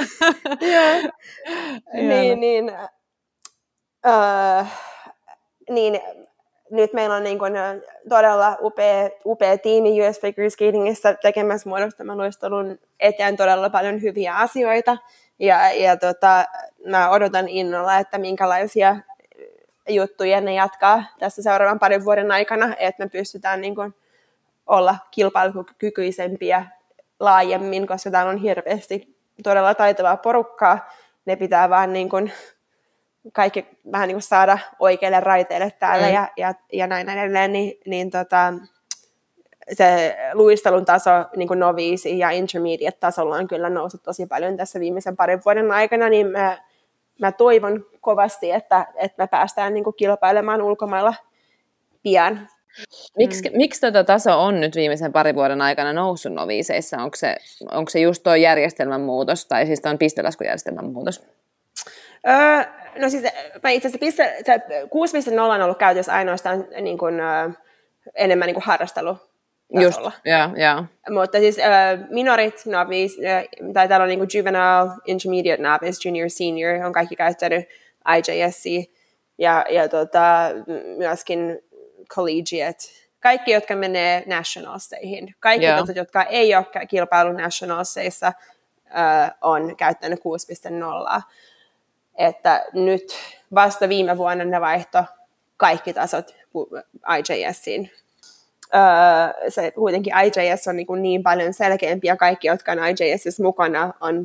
Niin, niin, uh, niin nyt meillä on niin kuin todella upea, upea tiimi U S Figure Skatingissa tekemässä muodostaman luistelun eteen todella paljon hyviä asioita. Ja, ja tota, mä odotan innolla, että minkälaisia juttuja ne jatkaa tässä seuraavan parin vuoden aikana, että me pystytään niin kuin olla kilpailukykyisempiä laajemmin, koska täällä on hirveästi todella taitavaa porukkaa. Ne pitää vaan niin kuin kaikki vähän niin kuin saada oikeille raiteille täällä mm. ja, ja, ja näin edelleen, niin, niin tota, se luistelun taso niin kuin noviisi ja intermediate tasolla on kyllä noussut tosi paljon tässä viimeisen parin vuoden aikana, niin mä, mä toivon kovasti, että, että me päästään niin kuin kilpailemaan ulkomailla pian. Miksi, mm. miksi tätä taso on nyt viimeisen parin vuoden aikana noussut noviiseissa? Onko se, onko se just tuo järjestelmän muutos, tai siis tuon pistelaskujärjestelmän muutos? Öö, no siis itse asiassa kuusi piste nolla on ollut käytössä ainoastaan niin kuin, ö, enemmän niin kuin harrastelutasolla. Just, yeah, yeah. Mutta siis ö, minorit, novice, ö, tai täällä on niin kuin juvenile, intermediate, novice, junior, senior, on kaikki käyttänyt I J S C, ja, ja tota, myöskin collegiate. Kaikki, jotka menee nationalseihin. Kaikki, yeah. totta, jotka ei ole kilpailu nationalseissa, ö, on käyttänyt kuusi piste nolla. Että nyt vasta viime vuonna ne vaihto kaikki tasot I J S:iin. Öö, se kuitenkin I J S on niin, niin paljon selkeämpi, ja kaikki, jotka on I J S:ssä mukana, on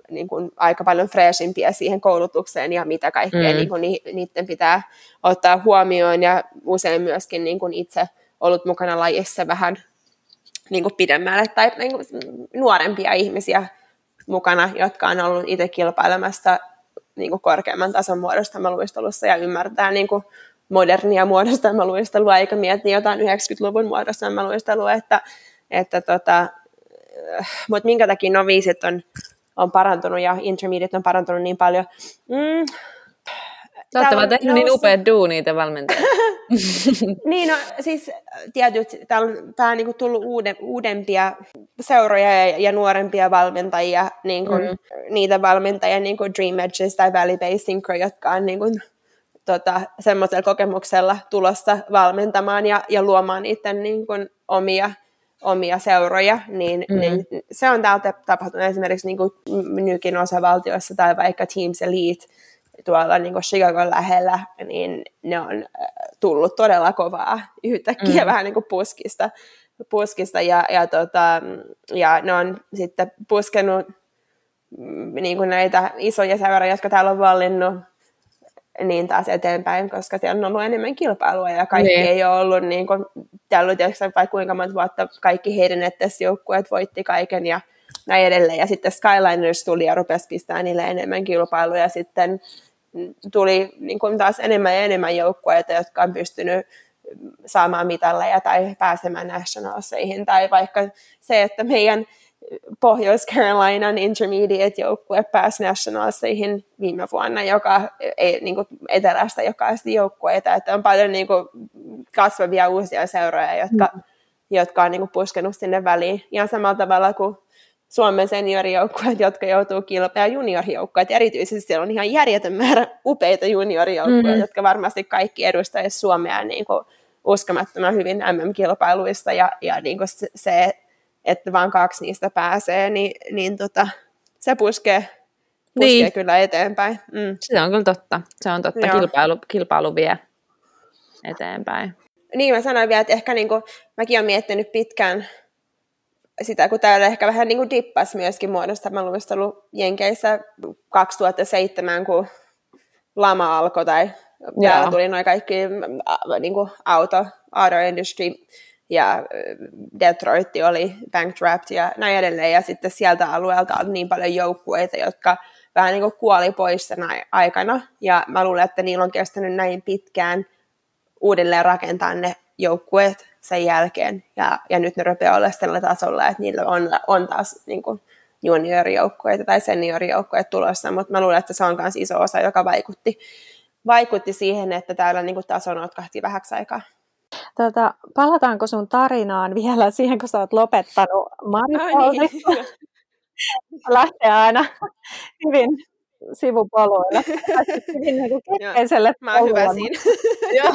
niin kuin aika paljon freshimpia siihen koulutukseen ja mitä kaikkea mm. niin kuin ni, niiden pitää ottaa huomioon ja usein myöskin niin kuin itse ollut mukana lajissa vähän niin kuin pidemmälle tai niin kuin nuorempia ihmisiä mukana, jotka on ollut itse kilpailemassa niin kuin korkeamman tason muodostamaluistelussa ja ymmärtää niin kuin modernia muodostamaluistelua, eikä mieti jotain yhdeksänkymmentäluvun muodostamaluistelua, että, että tota, mutta minkä takia noviisit on, on parantunut ja intermediate on parantunut niin paljon. Mm. Te olette vaan tehnyt niin upeat duunia te valmentajat. Niin, no siis tietysti täällä on, tää on niinku tullut uuden, uudempia seuroja ja, ja nuorempia valmentajia, niinku, mm. niitä valmentajia niinku Dream Edges tai Valley Bay Synchro, jotka on niinku, tota, semmoisella kokemuksella tulossa valmentamaan ja, ja luomaan niiden niinku, omia, omia seuroja, niin, mm. niin se on täältä tapahtunut esimerkiksi niinku Nykin osavaltiossa tai vaikka Teams Elite, tuolla niin kuin Chicagon lähellä, niin ne on tullut todella kovaa yhtäkkiä mm. vähän niin kuin puskista, puskista ja, ja, tota, ja ne on sitten puskenut niin kuin näitä isoja seuroja, jotka täällä on vallinnut, niin taas eteenpäin, koska siellä on ollut enemmän kilpailua ja kaikki ne. Ei ole ollut, niin kuin, täällä on tietysti vaikka kuinka monta vuotta kaikki heidän joukkueet voitti kaiken ja näin edelleen. Ja sitten Skyliners tuli ja rupesi pistämään niille enemmän kilpailua ja sitten tuli niin kuin taas enemmän ja enemmän joukkueita, jotka on pystynyt saamaan mitalleja tai pääsemään nationalseihin. Tai vaikka se, että meidän Pohjois-Carolinan intermediate-joukkue pääsi nationalseihin viime vuonna, joka ei niin kuin etelästä jokaista joukkueita. Että on paljon niin kuin kasvavia uusia seuroja, jotka, mm. jotka on niin kuin puskenut sinne väliin. Ihan samalla tavalla kuin Suomen seniorijoukkueet, jotka joutuu kilpailemaan juniorijoukkueet. Erityisesti siellä on ihan järjetön määrä upeita juniorijoukkueita, mm-hmm. jotka varmasti kaikki edustaisivat Suomea niin kuin uskomattoman hyvin M M-kilpailuista. Ja, ja niin kuin se, että vain kaksi niistä pääsee, niin, niin tota, se puskee, puskee niin. kyllä eteenpäin. Mm. Se on kyllä totta. Se on totta. Kilpailu, kilpailu vie eteenpäin. Niin mä sanoin vielä, että ehkä niin kuin, mäkin olen miettinyt pitkään sitä, kun täällä ehkä vähän niin kuin dippasi myöskin muodostamaluistelu Jenkeissä kaksituhattaseitsemän, kun lama alkoi, tai täällä tuli noin kaikki niin kuin auto, auto industry, ja Detroit oli bankrupt ja näin edelleen, ja sitten sieltä alueelta oli niin paljon joukkueita, jotka vähän niin kuin kuoli pois sen aikana, ja mä luulen, että niillä on kestänyt näin pitkään uudelleen rakentaa ne joukkueet sen jälkeen, ja, ja nyt ne rupeaa olla tällä tasolla, että niillä on, on taas niin kuin juniorijoukkueita tai seniorijoukkueita tulossa, mutta mä luulen, että se on myös iso osa, joka vaikutti, vaikutti siihen, että täällä niin kuin taso notkahti vähäksi aikaa. Tota, palataanko sun tarinaan vielä siihen, kun sä oot lopettanut Mariupolissa? Niin. Lähtee aina hyvin sivupoluilla. Hyvin niin kuin keskeiselle Mä oon hyvä siinä. Joo.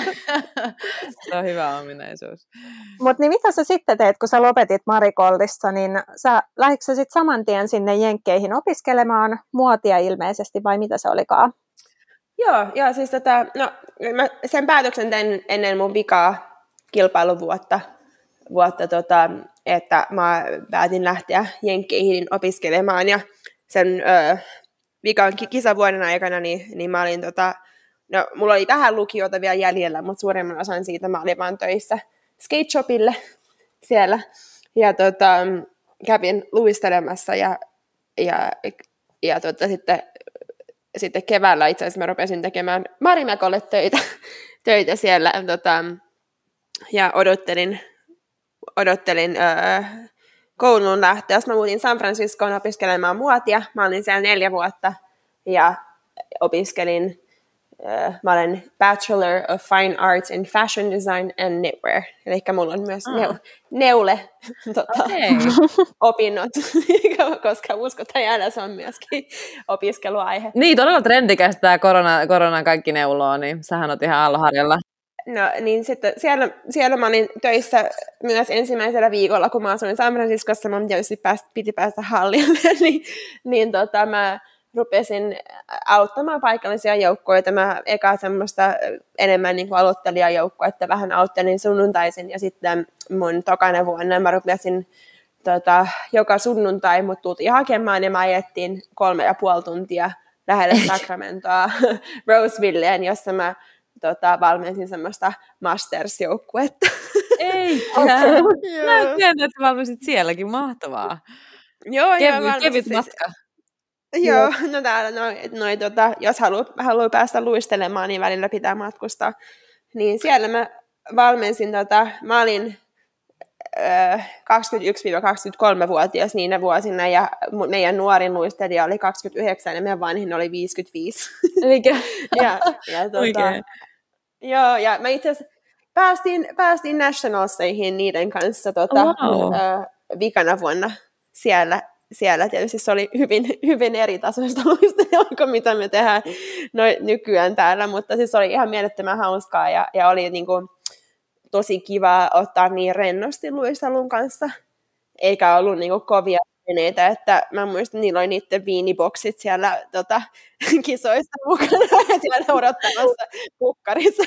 Se on hyvä ominaisuus. Mutta niin mitä sä sitten teet, kun sä lopetit Maricoldissa, niin sä lähditkö sä sitten saman tien sinne Jenkkeihin opiskelemaan muotia ilmeisesti, vai mitä se olikaan? Joo, joo siis tota, no, mä sen päätöksen tein ennen mun vikaa kilpailuvuotta, vuotta, tota, että mä päätin lähteä Jenkkeihin opiskelemaan, ja sen Öö, viikan kisavuoden aikana, niin, niin mä olin, tota, no mulla oli vähän lukiota vielä jäljellä, mutta suurimman osan siitä mä olin vaan töissä skate shopille siellä, ja tota, kävin luistelemassa, ja, ja, ja tota, sitten, sitten keväällä itse asiassa mä rupesin tekemään Marimäkolle töitä, töitä siellä, tota, ja odottelin, odottelin öö, kouluun lähteä. Mä muutin San Franciscoon opiskelemaan muotia. Mä olin siellä neljä vuotta ja opiskelin, äh, mä olen Bachelor of Fine Arts in Fashion Design and Knitwear. Eli mulla on myös ah. neu- neule tota, okay. opinnot, koska uskotaan jäädä, se on myöskin opiskeluaihe. Niin, todella trendikästä tämä korona, korona kaikki neuloo, niin sähän oot ihan alharjalla. No niin sitten siellä, siellä mä olin töissä myös ensimmäisellä viikolla, kun mä asuin San Franciscossa, mä tietysti päästä, piti päästä hallille, niin, niin tota, mä rupesin auttamaan paikallisia joukkoja. Mä eka semmoista enemmän niin kuin aloittelijajoukkoa, että vähän auttelin sunnuntaisin, ja sitten mun tokana vuonna mä rupesin tota, joka sunnuntai mut tultiin hakemaan ja me ajettiin kolme ja puoli tuntia lähelle Sacramentoa Rosevilleen, jossa mä tota, valmensin semmoista Masters-joukkuetta. Ei, mä en tiedä, että valmensit sielläkin, mahtavaa. Joo, Kevyt, joo, kevyt matka. Joo, no täällä noi, noi, tota, jos haluaa haluu päästä luistelemaan, niin välillä pitää matkustaa. Niin siellä mä valmensin, tota, mä olin ö, kaksikymmentäyksi kaksikymmentäkolme-vuotias niinä vuosina, ja meidän nuorin luistelija oli kaksikymmentäyhdeksän, ja meidän vanhin oli viisikymmentäviisi. Elikkä ja, ja, tota, joo, ja mä itse asiassa päästiin, päästiin Nationalseihin niiden kanssa tota, wow. ö, vikana vuonna siellä. Siellä tietysti se oli hyvin, hyvin eri tasoista luistelua kuin mitä me tehdään no, nykyään täällä, mutta siis oli ihan mielettömän hauskaa ja, ja oli niin kuin, tosi kiva ottaa niin rennosti luistelun kanssa, eikä ollut niin kuin, kovia veneitä, että mä muistan, niillä oli niiden viiniboksit siellä tota, kisoissa mukana ja siellä odottamassa pukkarissa.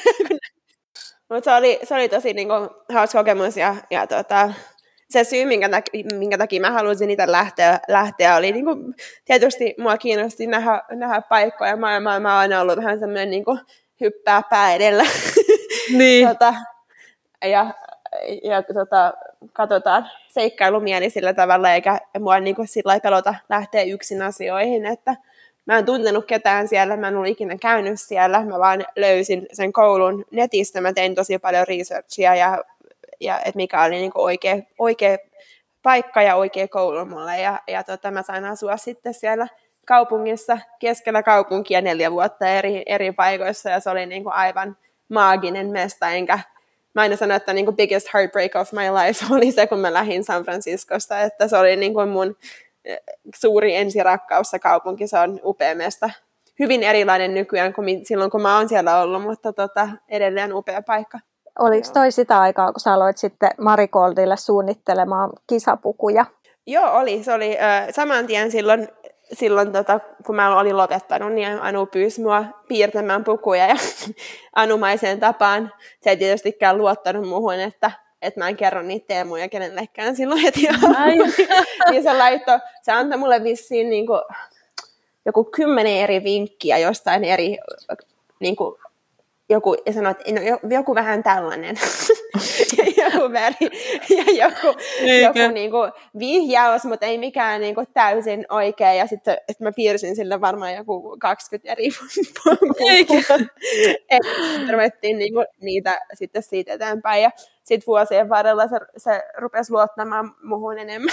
Mutta se oli, se oli tosi niin kuin, hauska kokemus ja, ja tota, se syy, minkä takia, minkä takia mä halusin niitä lähteä, lähteä oli niin kuin, tietysti mua kiinnosti nähdä, nähdä paikkoja maailmaa. Mä oon aina ollut vähän semmoinen niin kuin, hyppää pää edellä. Niin. tota, ja ja tota, katsotaan seikkailumieli sillä tavalla, eikä mua niin kuin, sillä lailla pelota lähteä yksin asioihin. Että mä en tuntenut ketään siellä, mä en ollut ikinä käynyt siellä. Mä vaan löysin sen koulun netistä. Mä tein tosi paljon researchia ja ja että mikä oli niinku oikea, oikea paikka ja oikea koulu mulle. Ja, ja tota, mä sain asua sitten siellä kaupungissa, keskellä kaupunkia neljä vuotta eri, eri paikoissa, ja se oli niinku aivan maaginen mesta. Enkä, mä aina sanoin, että niinku biggest heartbreak of my life oli se, kun mä lähdin San Franciscosta, että se oli niinku mun suuri ensirakkaus se kaupunki, se on upea mesta. Hyvin erilainen nykyään kuin silloin, kun mä oon siellä ollut, mutta tota, edelleen upea paikka. Oliko toi sitä aikaa, kun sä aloit sitten Marigoldille suunnittelemaan kisapukuja? Joo, oli. Se oli äh, saman tien silloin, silloin tota, kun mä olin lopettanut, niin Anu pyysi mua piirtämään pukuja ja anumaiseen tapaan. Se ei tietystikään luottanut muuhun, että, että mä en kerro niitä teemoja kenellekään silloin heti. niin se laittoi, se antoi mulle vissiin niin kuin, joku kymmenen eri vinkkiä jostain eri niin kuin, joku, ja sanoi, että no, joku vähän tällainen, joku väri, ja joku, joku niin kuin, vihjaus, mutta ei mikään niin kuin, täysin oikea, ja sitten että mä piirsin sille varmaan joku kaksikymmentä eri pukua. Ruvettiin niin kuin, niitä sitten siitä eteenpäin, ja sitten vuosien varrella se, se rupesi luottamaan muhun enemmän.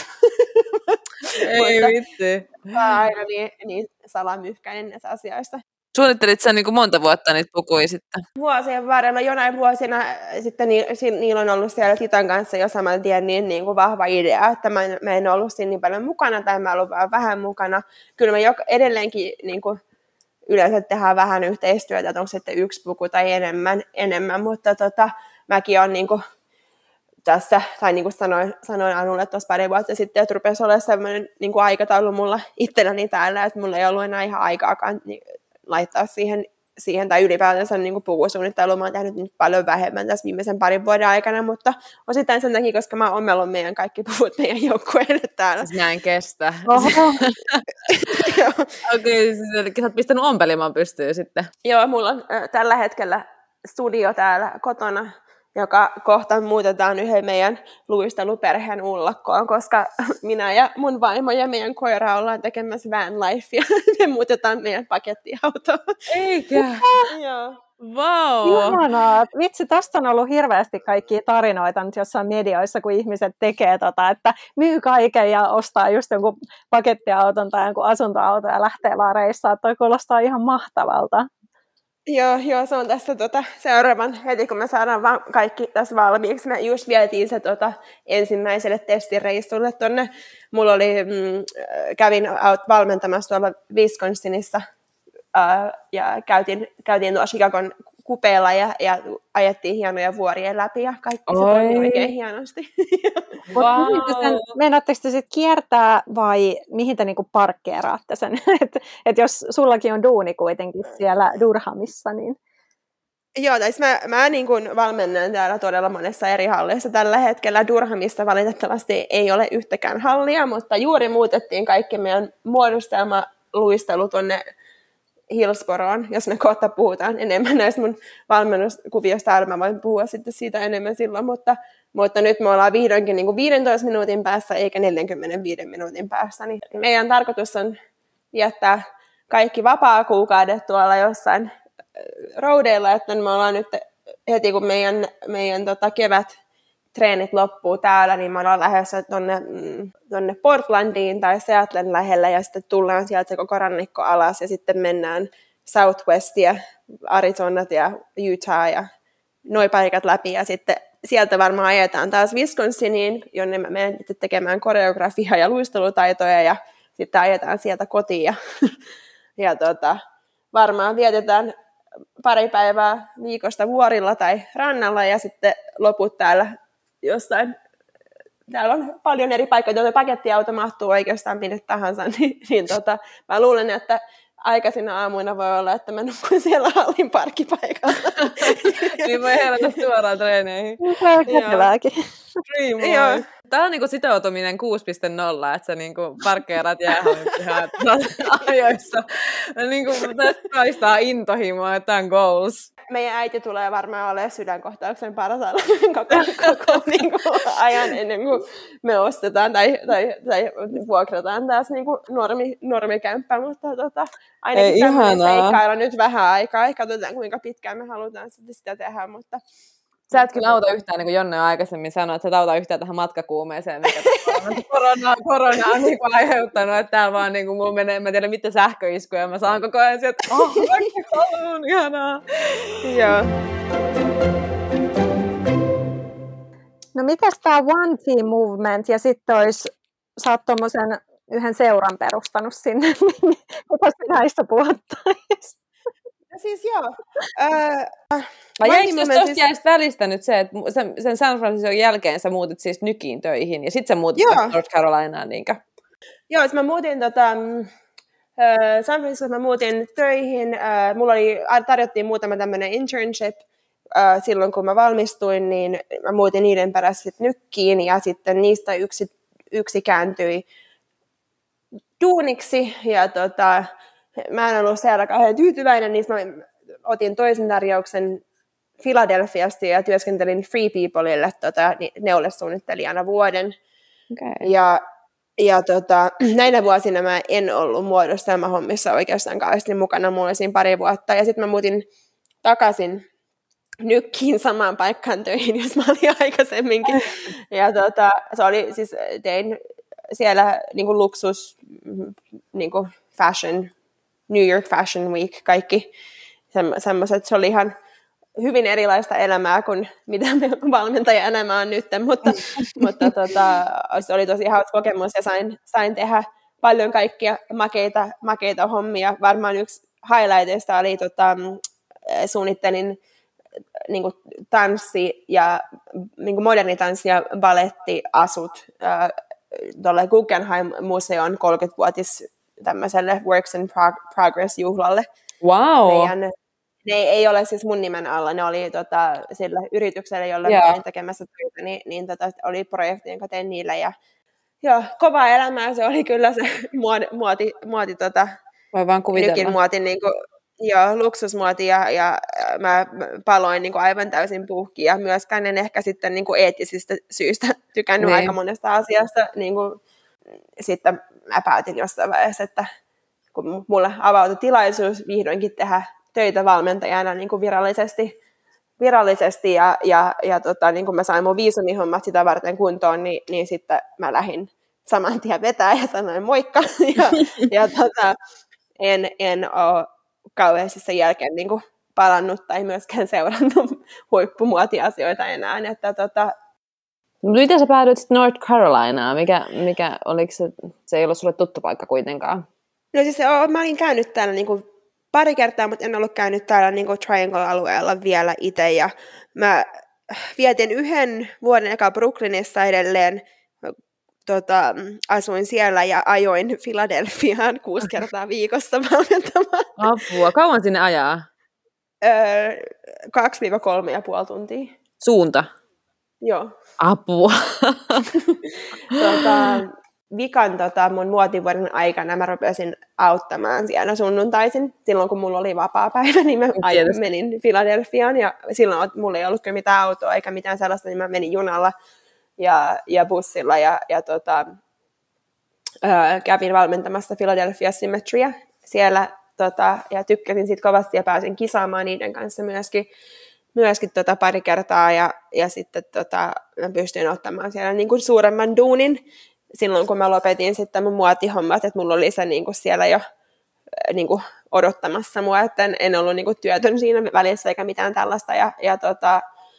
Ei vitsi. Mä aina niin, niin salamyhkäinen näissä asioista. Suunnittelit sä niin kuin monta vuotta niitä pukuja sitten? Vuosien varrella jonain vuosina sitten ni, si, niillä on ollut siellä Titan kanssa jo saman tien niin, niin kuin vahva idea, että mä en, mä en ollut siinä niin paljon mukana tai mä ollut vaan vähän mukana. Kyllä me joka, edelleenkin niin kuin yleensä tehdään vähän yhteistyötä, että onko sitten yksi puku tai enemmän, enemmän mutta tota, mäkin olen niin kuin tässä, tai niin kuin sanoin, sanoin Anulle tuossa pari vuotta sitten, että rupesi olemaan sellainen niin kuin aikataulu mulla itselläni täällä, että mulla ei ollut enää ihan aikaakaan niin, laittaa siihen, siihen tai ylipäätänsä niin pukusuunnittelua. Mä oon tehnyt nyt paljon vähemmän tässä viimeisen parin vuoden aikana, mutta osittain sen takia, koska mä oon ommellut meidän kaikki puvut meidän joukkueelle täällä. Siis mä en kestä. Okei, okay, siis sä oot pistänyt ompelimaan pystyyn sitten. Joo, mulla on äh, tällä hetkellä studio täällä kotona, joka kohta muutetaan yhden meidän luisteluperheen ullakkoon, koska minä ja mun vaimo ja meidän koira ollaan tekemässä van lifea. Me muutetaan meidän pakettiautoon. Eikä? Joo. Vau! Wow. Ihanaa. Vitsi, tästä on ollut hirveästi kaikkia tarinoita nyt jossain medioissa, kun ihmiset tekee tota, että myy kaiken ja ostaa just jonkun pakettiauton tai jonkun asuntoauton ja lähtee vaan reissaan. Toi kuulostaa ihan mahtavalta. Joo, joo, se on tässä tota, seuraavan, heti kun me saadaan va- kaikki tässä valmiiksi. Me just vietiin se tota, ensimmäiselle testireissulle tonne. Mulla oli, mm, kävin valmentamassa tuolla Wisconsinissa uh, ja käytiin, käytiin tuolla Chicagon kupeella ja, ja ajettiin hienoja vuoria läpi ja kaikki se toimi oikein hienosti. Wow. Meinaatteko te sitten kiertää vai mihin te niinku parkkeeraatte sen? Et, et jos sullakin on duuni kuitenkin siellä Durhamissa, niin... Joo, tai mä, mä niin kuin valmennan täällä todella monessa eri hallissa tällä hetkellä. Durhamista valitettavasti ei ole yhtäkään hallia, mutta juuri muutettiin kaikki meidän muodostelmaluistelu tuonne Hillsboroon, jos me kohta puhutaan enemmän näistä mun valmennuskuviosta täällä, mä voin puhua sitten siitä enemmän silloin, mutta, mutta nyt me ollaan vihdoinkin niin kuin viidentoista minuutin päässä eikä neljänkymmenenviiden minuutin päässä. Niin meidän tarkoitus on viettää kaikki vapaa-kuukaudet tuolla jossain roudeilla, että me ollaan nyt heti kun meidän, meidän tota, kevät treenit loppuu täällä, niin me ollaan lähdössä tuonne mm, Portlandiin tai Seattlen lähellä ja sitten tullaan sieltä se koko rannikko alas ja sitten mennään Southwestia, Arizonat ja Utah ja noi paikat läpi ja sitten sieltä varmaan ajetaan taas Wisconsiniin, jonne me menen tekemään koreografiaa ja luistelutaitoja ja sitten ajetaan sieltä kotiin ja, ja tota, varmaan vietetään pari päivää viikosta vuorilla tai rannalla ja sitten loput täällä jossain. Täällä on paljon eri paikkoja, joita pakettiauto mahtuu oikeastaan minne tahansa, niin, niin tota, mä luulen, että aikaisina aamuina voi olla, että mä nukun siellä hallin parkkipaikalla. Niin voi herätä suoraan treeneihin. Kätelääkin. Joo. Tämä on niinku sitoutuminen kuusi piste nolla, että sä niinku parkkeerat jäähallin ihan ajoissa. Niinku, tästä kaistaa intohimoa, että tämä on goals. Meidän äiti tulee varmaan olemaan sydänkohtauksen partaalla koko, koko niin kuin, ajan ennen kuin me ostetaan tai, tai, tai vuokrataan taas niin kuin normi, normikämppä, mutta tota, ainakin tämmöinen seikkailla nyt vähän aikaa. Katsotaan kuinka pitkään me halutaan sitä tehdä, mutta sä et kyllä auta yhtään, niin kuin Jonne aikaisemmin sanoi, että sä et auta yhtään tähän matkakuumeeseen, mikä korona, korona on niin kuin aiheuttanut, että täällä vaan niin kuin mulla menee, mä tiedän mitä sähköiskuja, mä saan koko ajan sieltä, oh, kaikki haluun, ihanaa. Joo. No mitäs tää One Team Movement ja sitten olisi, sä oot tommosen yhden seuran perustanut sinne, mitä näistä puhuttaisiin? Siis joo. Öö, Vai jäikö jos tosta siis jäisi välistä nyt se, että sen, sen San Franciscon jälkeen sä muutit siis Nykiin töihin ja sitten sä muutit North Carolinaan, niinkö? Joo, mä muutin tota, äh, San Franciscossa mä muutin töihin. Äh, mulla oli, tarjottiin muutama tämmöinen internship äh, silloin, kun mä valmistuin, niin mä muutin niiden perässä sit Nykkiin ja sitten niistä yksi, yksi kääntyi duuniksi ja tota, mä en ollut siellä kauhean tyytyväinen, niin mä otin toisen tarjouksen Philadelphiasta ja työskentelin Free Peopleille tota, neulesuunnittelijana vuoden. Okay. Ja, ja tota, näinä vuosina mä en ollut muodostelmahommissa oikeastaan kauheasti mukana. Mulla oli siinä pari vuotta ja sitten mä muutin takaisin Nykkiin samaan paikkaan töihin, jos mä olin aikaisemminkin. Ja tota, se oli siis, tein siellä niin kuin luksus, niin kuin fashion, New York Fashion Week, kaikki semmoiset. Se oli ihan hyvin erilaista elämää kuin mitä valmentajan elämä on nyt, mutta, mutta tota, se oli tosi hauska kokemus ja sain, sain tehdä paljon kaikkia makeita, makeita hommia. Varmaan yksi highlighteista oli, tota, suunnittelin niin kuin tanssi ja niin kuin moderni tanssi ja balettiasut äh, tuolle Guggenheim-museon kolmekymmenvuotis tämmöiselle Works in Progress-juhlalle. Wow! Meidän, ne ei ole siis mun nimen alla, ne oli tota, sillä yrityksellä, jolla yeah. olin tekemässä töitä, niin, niin tota, oli projekti, jonka tein niille. Ja, ja kovaa elämää se oli kyllä se muoti, muoti, muoti tota, voi vaan kuvitella. Nykin muotin niin kuin, joo, luksusmuoti ja, ja mä paloin niin kuin aivan täysin puhki ja myöskään en ehkä sitten niin kuin eettisistä syistä tykännyt niin. aika monesta asiasta. Niin kuin, sitten mä päätin jossain vaiheessa, että kun mulle avautui tilaisuus vihdoinkin tehdä töitä valmentajana niin kuin virallisesti, virallisesti ja, ja, ja tota, niin kun mä sain mun viisumihommat sitä varten kuntoon, niin, niin sitten mä lähdin saman tien vetää ja sanoin moikka. Ja, ja tota, en, en ole kauheasti sen jälkeen niin kuin palannut tai myöskään seurannut huippumuotiasioita enää. Että, tota... Miten sä päädyit sitten North Carolinaan? Mikä, mikä, oliko se, se ei ollut sulle tuttu paikka kuitenkaan? No siis o, mä olin käynyt täällä niin kuin pari kertaa, mutta en ollut käynyt täällä niin kuin Triangle-alueella vielä itse. Ja mä vietin yhden vuoden eka Brooklynissa edelleen. Tota, asuin siellä ja ajoin Philadelphiaan kuusi kertaa viikossa valmentamaan. Apua, kauan sinne ajaa? Öö, kaksi kolme ja puoli tuntia. Suunta? Joo. Apua. tota, vikan tota, mun muotivuoden aikana mä rupesin auttamaan siellä sunnuntaisin. Silloin kun mulla oli vapaa päivä, niin mä Tietysti. menin Filadelfiaan. Ja silloin mulla ei ollut kyllä mitään autoa eikä mitään sellaista, niin mä menin junalla ja, ja bussilla. Ja, ja tota, ää, kävin valmentamassa Philadelphia Symmetryä siellä. Tota, ja tykkäsin siitä kovasti ja pääsin kisaamaan niiden kanssa myöskin. myöskin tota pari kertaa ja, ja sitten tota, mä pystyin ottamaan siellä niin kuin suuremman duunin silloin, kun mä lopetin sitten mun muotihommat, että mulla oli se niin kuin siellä jo niin kuin odottamassa mua, että en, en ollut niin kuin työtön siinä välissä eikä mitään tällaista. Ja, ja tota,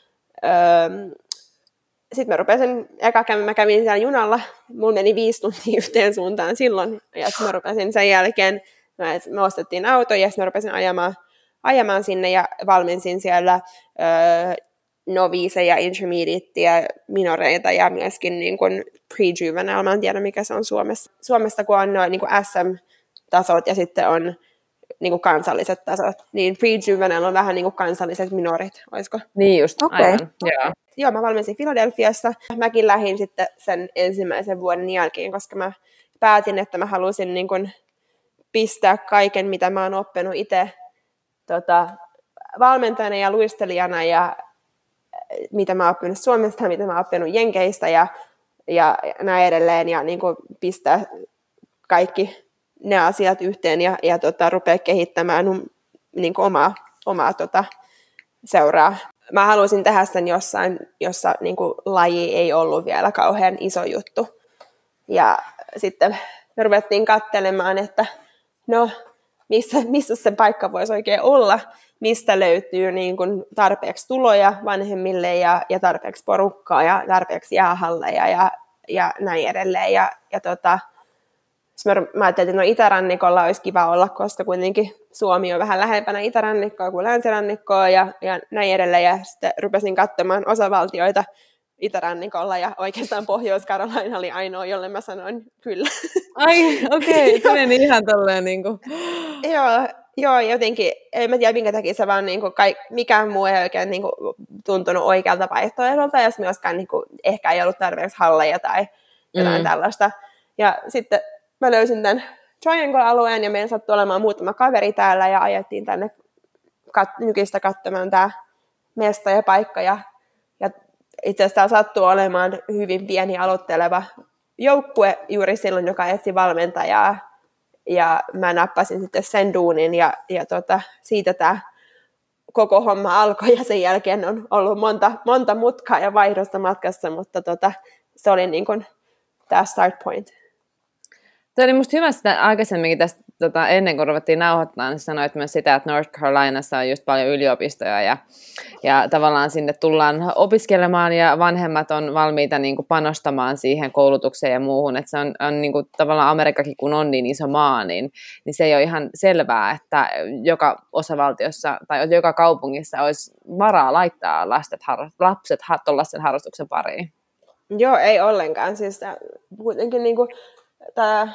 öö, sitten mä rupesin, eka kävin, mä kävin siellä junalla, mulla meni viisi tuntia yhteen suuntaan silloin, ja sitten mä rupesin sen jälkeen, me ostettiin auto ja sitten mä rupesin ajamaan ajamaan sinne ja valmensin siellä öö, noviiseja, intermediatteja, minoreita ja myöskin niin kuin pre-juvenile, mä en tiedä mikä se on Suomessa. Suomessa kun on noin niin kuin S M-tasot ja sitten on niin kuin kansalliset tasot, niin pre-juvenile on vähän niin kuin kansalliset minorit, olisiko? Niin just, okay. aivan. Joo. Joo, mä valmensin Philadelphiassa. Mäkin lähdin sitten sen ensimmäisen vuoden jälkeen, koska mä päätin, että mä halusin niin kuin pistää kaiken, mitä mä oon oppinut itse Tota, valmentajana ja luistelijana ja mitä mä oon oppinut Suomesta ja mitä mä oon oppinut Jenkeistä ja, ja näin edelleen ja niin kuin pistää kaikki ne asiat yhteen ja, ja tota, rupea kehittämään niin kuin omaa, omaa tota, seuraa. Mä halusin tehdä sen jossain, jossa niin kuin laji ei ollut vielä kauhean iso juttu. Ja sitten me ruvettiin katselemaan, että no Missä, missä se paikka voisi oikein olla, mistä löytyy niin kuin tarpeeksi tuloja vanhemmille ja, ja tarpeeksi porukkaa ja tarpeeksi jäähalleja ja, ja näin edelleen. Ja, ja tota, mä, mä ajattelin, että no itärannikolla olisi kiva olla, koska kuitenkin Suomi on vähän lähempänä itärannikkoa kuin länsirannikkoa ja, ja näin edelleen. Ja sitten rupesin katsomaan osavaltioita itärannikolla ja oikeastaan Pohjois-Carolina oli ainoa, jolle mä sanoin kyllä. Ai, okei, okay. Meni ihan tolleen niin kuin. Joo, joo, jotenkin, en mä tiedä minkä takia se vaan niin kuin, kaik, mikään muu ei oikein niin kuin, tuntunut oikealta vaihtoehdolta, jos myöskään niin kuin, ehkä ei ollut tarpeeksi halleja tai jotain mm. tällaista. Ja sitten mä löysin tämän Triangle-alueen ja meillä sattui olemaan muutama kaveri täällä ja ajettiin tänne kat- nykyistä katsomaan tämä mesta ja paikka. Ja, ja itse asiassa tämä sattuu olemaan hyvin pieni aloitteleva joukkue juuri silloin, joka etsi valmentajaa. Ja mä nappasin sitten sen duunin ja, ja tota, siitä tämä koko homma alkoi ja sen jälkeen on ollut monta, monta mutkaa ja vaihdosta matkassa, mutta tota, se oli niin kuin tämä start point. Se oli musta hyvä sitä aikaisemminkin tästä, tota, ennen kuin ruvettiin nauhoittamaan, niin sanoit myös sitä, että North Carolinassa on just paljon yliopistoja ja, ja tavallaan sinne tullaan opiskelemaan ja vanhemmat on valmiita niin kuin panostamaan siihen koulutukseen ja muuhun, että se on, on niin kuin, tavallaan Amerikkakin kun on niin iso maa, niin, niin se ei ole ihan selvää, että joka osavaltiossa tai joka kaupungissa olisi varaa laittaa lastet, lapset tuollaisen harrastuksen pariin. Joo, ei ollenkaan. Siis kuitenkin niin kuin Tämä,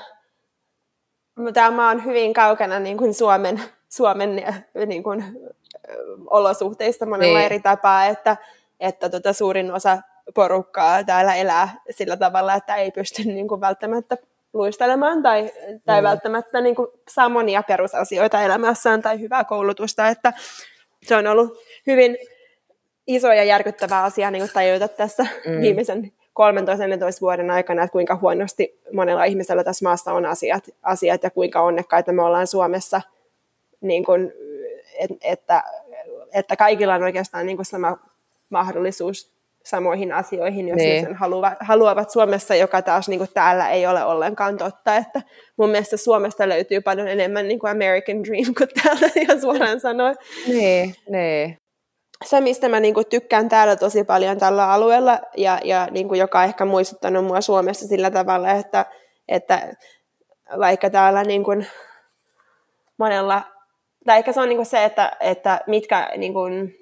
tämä maa on hyvin kaukana niin kuin Suomen, Suomen niin kuin, olosuhteista monella niin. eri tapaa, että, että tota, suurin osa porukkaa täällä elää sillä tavalla, että ei pysty niin kuin, välttämättä luistelemaan tai, tai mm. välttämättä niin kuin, saa monia perusasioita elämässään tai hyvää koulutusta. Että se on ollut hyvin iso ja järkyttävä asia niin kuin tajuta tässä mm. viimeisen kolmetoista neljätoista vuoden aikana, että kuinka huonosti monella ihmisellä tässä maassa on asiat, asiat ja kuinka onnekkaita me ollaan Suomessa, niin kuin, et, että, että kaikilla on oikeastaan niin kuin sama mahdollisuus samoihin asioihin, jos niin. ne sen haluavat, haluavat Suomessa, joka taas niin kuin täällä ei ole ollenkaan totta. Että mun mielestä Suomesta löytyy paljon enemmän niin kuin American Dream kuin täältä, ihan suoraan sanoen. Niin, niin. Se, mistä mä niinku tykkään täällä tosi paljon tällä alueella, ja, ja niinku, joka on ehkä muistuttanut mua Suomessa sillä tavalla, että, että vaikka täällä niinku monella, tai ehkä se on niinku se, että, että mitkä niinku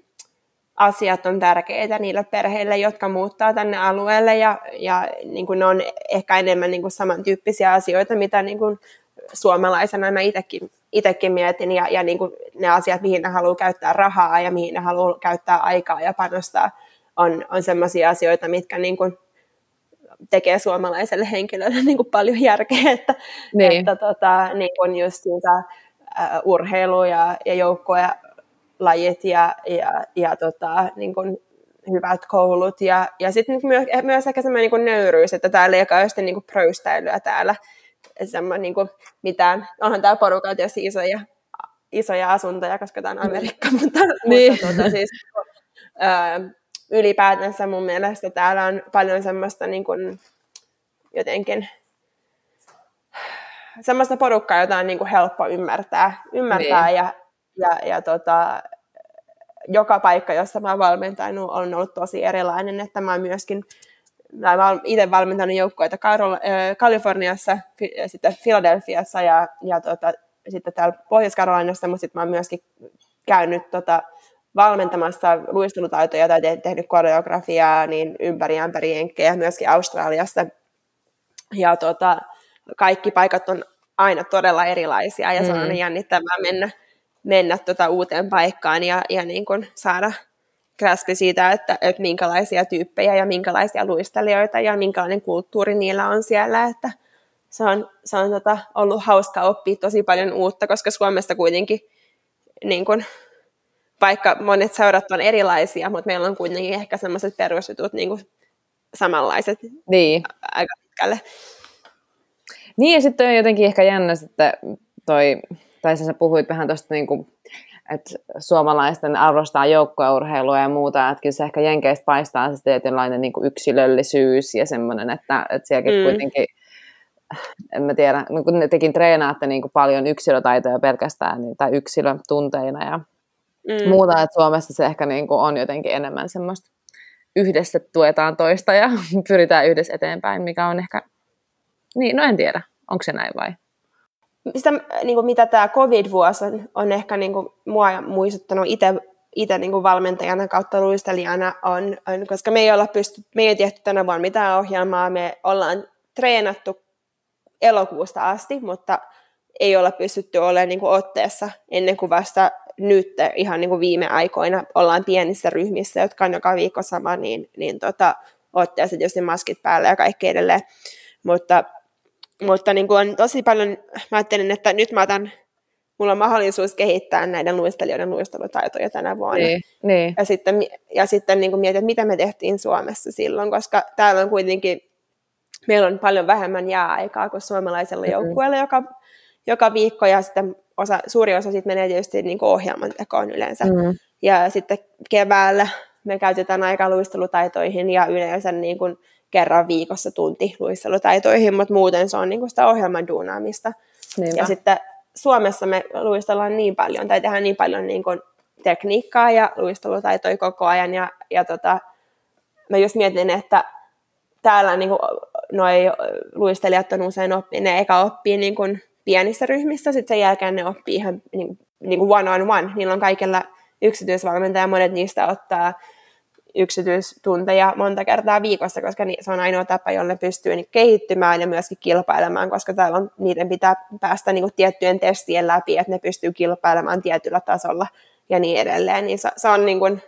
asiat on tärkeitä niille perheille, jotka muuttaa tänne alueelle, ja, ja niinku ne on ehkä enemmän niinku samantyyppisiä asioita, mitä niinku suomalaisena mä itsekin itsekin mietin, ja, ja niin kuin ne asiat, mihin ne haluaa käyttää rahaa ja mihin ne haluaa käyttää aikaa ja panostaa, on, on sellaisia asioita, mitkä niin kuin tekee suomalaiselle henkilölle niin kuin paljon järkeä, että, niin. että tota, niin kuin just niitä, uh, urheilu ja, ja joukkuelajit ja, ja, ja tota, niin kuin hyvät koulut ja, ja sitten myös, myös ehkä semmoinen niin kuin nöyryys, että täällä ei ole sitten niin kuin pröystäilyä täällä, semmoinen niin kuin mitään, onhan täällä porukalla tietysti isoja, isoja asuntoja, koska tämä on Amerikka, mutta, niin. mutta tota, siis, uh, ylipäätänsä mun mielestä täällä on paljon semmoista niin kuin jotenkin semmoista porukkaa, jota on niin kuin helppo ymmärtää, ymmärtää niin. ja, ja, ja tota, joka paikka, jossa mä oon valmentanut, on ollut tosi erilainen, että mä oon myöskin mä oon itse valmentanut joukkueita Kaliforniassa, sitten Philadelphiassa ja, ja tota, sitten täällä Pohjois-Carolinassa, mutta sitten mä oon myöskin käynyt tota, valmentamassa luistelutaitoja tai te- tehnyt koreografiaa niin ympäri ämpäri jenkkejä, myöskin Australiassa. Ja tota, kaikki paikat on aina todella erilaisia ja mm. se on aina jännittävää mennä, mennä tota uuteen paikkaan ja, ja niin kuin saada graspi siitä, että, että minkälaisia tyyppejä ja minkälaisia luistelijoita ja minkälainen kulttuuri niillä on siellä. Että se on, se on tota, ollut hauska oppia tosi paljon uutta, koska Suomessa kuitenkin niin kuin, vaikka monet seurat on erilaisia, mutta meillä on kuitenkin ehkä sellaiset perusjutut niin kuin samanlaiset niin. aika pitkälle. Niin, ja sitten on jotenkin ehkä jännä, että toi, tai sä puhuit vähän tuosta, niin kuin, että suomalaisten arvostaa joukkueurheilua ja muuta, että kyllä se ehkä jenkeistä paistaa se tietynlainen niin kuin yksilöllisyys ja semmoinen, että, että sielläkin mm. kuitenkin, en mä tiedä, kun ne tekin treenaatte niin kuin paljon yksilötaitoja pelkästään niin, tai yksilötunteina ja Mm. muuta, että Suomessa se ehkä niin kuin on jotenkin enemmän semmoista yhdessä tuetaan toista ja pyritään yhdessä eteenpäin, mikä on ehkä, niin no en tiedä, onko se näin vai? Sitä, niin kuin mitä tämä covid-vuosi on, on ehkä niin kuin mua muistuttanut itse niin kuin valmentajana kautta luistelijana, on, on, koska me ei olla pysty, me ei tehty tänä vuonna mitään ohjelmaa, me ollaan treenattu elokuusta asti, mutta ei olla pystytty olemaan niin kuin otteessa ennen kuin vasta nyt ihan niin kuin viime aikoina ollaan pienissä ryhmissä, jotka on joka viikko sama, niin, niin tota, otteessa tietysti maskit päällä ja kaikki edelleen. Mutta, mutta niin kuin on tosi paljon, mä ajattelin, että nyt mä otan, mulla on mahdollisuus kehittää näiden luistelijoiden luistelutaitoja tänä vuonna. Niin, niin. Ja sitten, ja sitten niin kuin mietin, että mitä me tehtiin Suomessa silloin, koska täällä on kuitenkin, meillä on paljon vähemmän jääaikaa kuin suomalaisella mm-hmm. joukkueella, joka, joka viikko, ja sitten osa, suuri osa siitä menee tietysti niin kuin ohjelman tekoon yleensä. Mm. Ja sitten keväällä me käytetään aikaa luistelutaitoihin ja yleensä niin kuin kerran viikossa tunti luistelutaitoihin, mutta muuten se on niin kuin sitä ohjelman duunaamista. Niinpä. Ja sitten Suomessa me luistellaan niin paljon tai tehdään niin paljon niin kuin tekniikkaa ja luistelutaitoja koko ajan. Ja, ja tota, mä just mietin, että täällä niin kuin noi luistelijat on usein oppi, ne eka oppii niin kuin pienissä ryhmissä, sitten sen jälkeen ne oppii ihan niin, niin kuin one on one. Niillä on kaikilla yksityisvalmentaja, monet niistä ottaa yksityistunteja monta kertaa viikossa, koska se on ainoa tapa, jolla ne pystyy niin kehittymään ja myöskin kilpailemaan, koska täällä on, niiden pitää päästä niin kuin tiettyjen testien läpi, että ne pystyy kilpailemaan tietyllä tasolla ja niin edelleen. Niin se, se on niin kuin...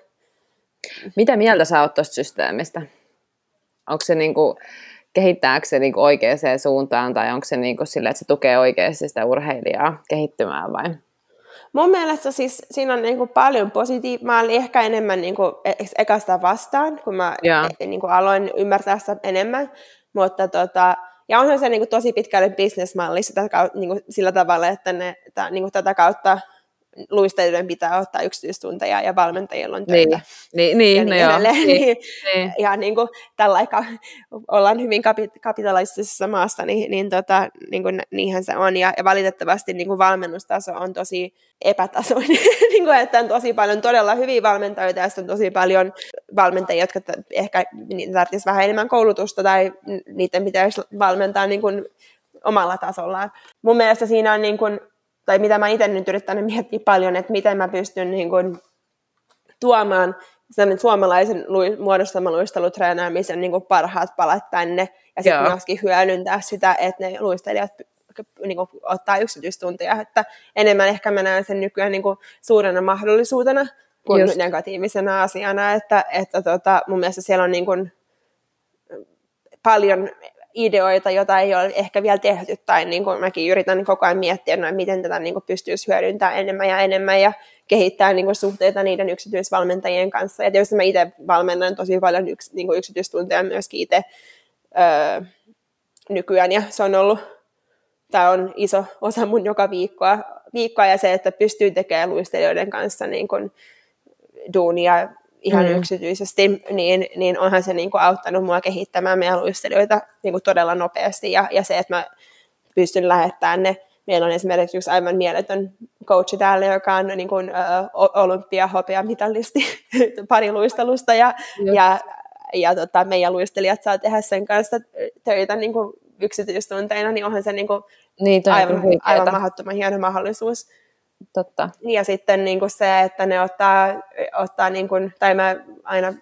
Mitä mieltä sä oot tuosta systeemistä? Onko se niin kuin... Kehittääkö se niinku oikeaan suuntaan, tai onko se niinku sille, että se tukee oikeasti sitä urheilijaa kehittymään vai? Mun mielestä siis siinä on niinku paljon positiivista. Mä olin ehkä enemmän niinku ekasta vastaan, kun mä e, niinku aloin ymmärtää sitä enemmän. Mutta tota, ja onhan se niinku tosi pitkälle bisnesmalli sitä kautta, niinku sillä tavalla, että ne, ta, niinku tätä kautta luistelijoiden pitää ottaa yksityistunteja ja valmentajilla on töitä. Niin, niin, ja niin, niin no edelleen. niin, niin. Ja niin kuin tällä aikaa ollaan hyvin kapi- kapitalistisessa maassa, niin, niin, tota, niin kuin, niinhän se on. Ja, ja valitettavasti niin kuin valmennustaso on tosi epätasoinen. niin kuin, että on tosi paljon todella hyviä valmentajia ja on tosi paljon valmentajia, jotka t- ehkä tarvitsisi vähän enemmän koulutusta tai niiden pitäisi valmentaa niin kuin omalla tasollaan. Mun mielestä siinä on niin kuin, tai mitä mä itse nyt yrittänyt miettiä paljon, että miten mä pystyn niin kuin tuomaan suomalaisen muodostaman luistelutreenaamisen niin kuin parhaat palat tänne, ja sitten myöskin hyödyntää sitä, että ne luistelijat niin kuin, ottaa yksityistunteja, että enemmän ehkä mä näen sen nykyään niin kuin, suurena mahdollisuutena kuin Just. negatiivisena asiana, että, että tota, mun mielestä siellä on niin kuin, paljon ideoita, joita ei ole ehkä vielä tehty, tai niin kuin mäkin yritän koko ajan miettiä, no, miten tätä niin kuin pystyisi hyödyntämään enemmän ja enemmän, ja kehittää niin kuin suhteita niiden yksityisvalmentajien kanssa. Ja tietysti mä itse valmennan tosi paljon yks, niin kuin yksityistunteja myöskin itse öö, nykyään, ja se on ollut, tämä on iso osa mun joka viikkoa, viikkoa ja se, että pystyy tekemään luistelijoiden kanssa niin kuin duunia ihan mm. yksityisesti, niin, niin onhan se niin kuin auttanut mua kehittämään meidän luistelijoita niin kuin todella nopeasti, ja, ja se, että mä pystyn lähettämään ne. Meillä on esimerkiksi yksi aivan mieletön coachi täällä, joka on niin kuin, ä, olympia-hopeamitalisti pari luistelusta, ja, ja, ja tota, meidän luistelijat saa tehdä sen kanssa töitä niin kuin yksityistunteina, niin onhan se niin kuin niin, aivan, aivan mahdottoman hieno mahdollisuus. Totta. Ja sitten niin kuin se, että ne ottaa, ottaa niin kuin, tai mä aina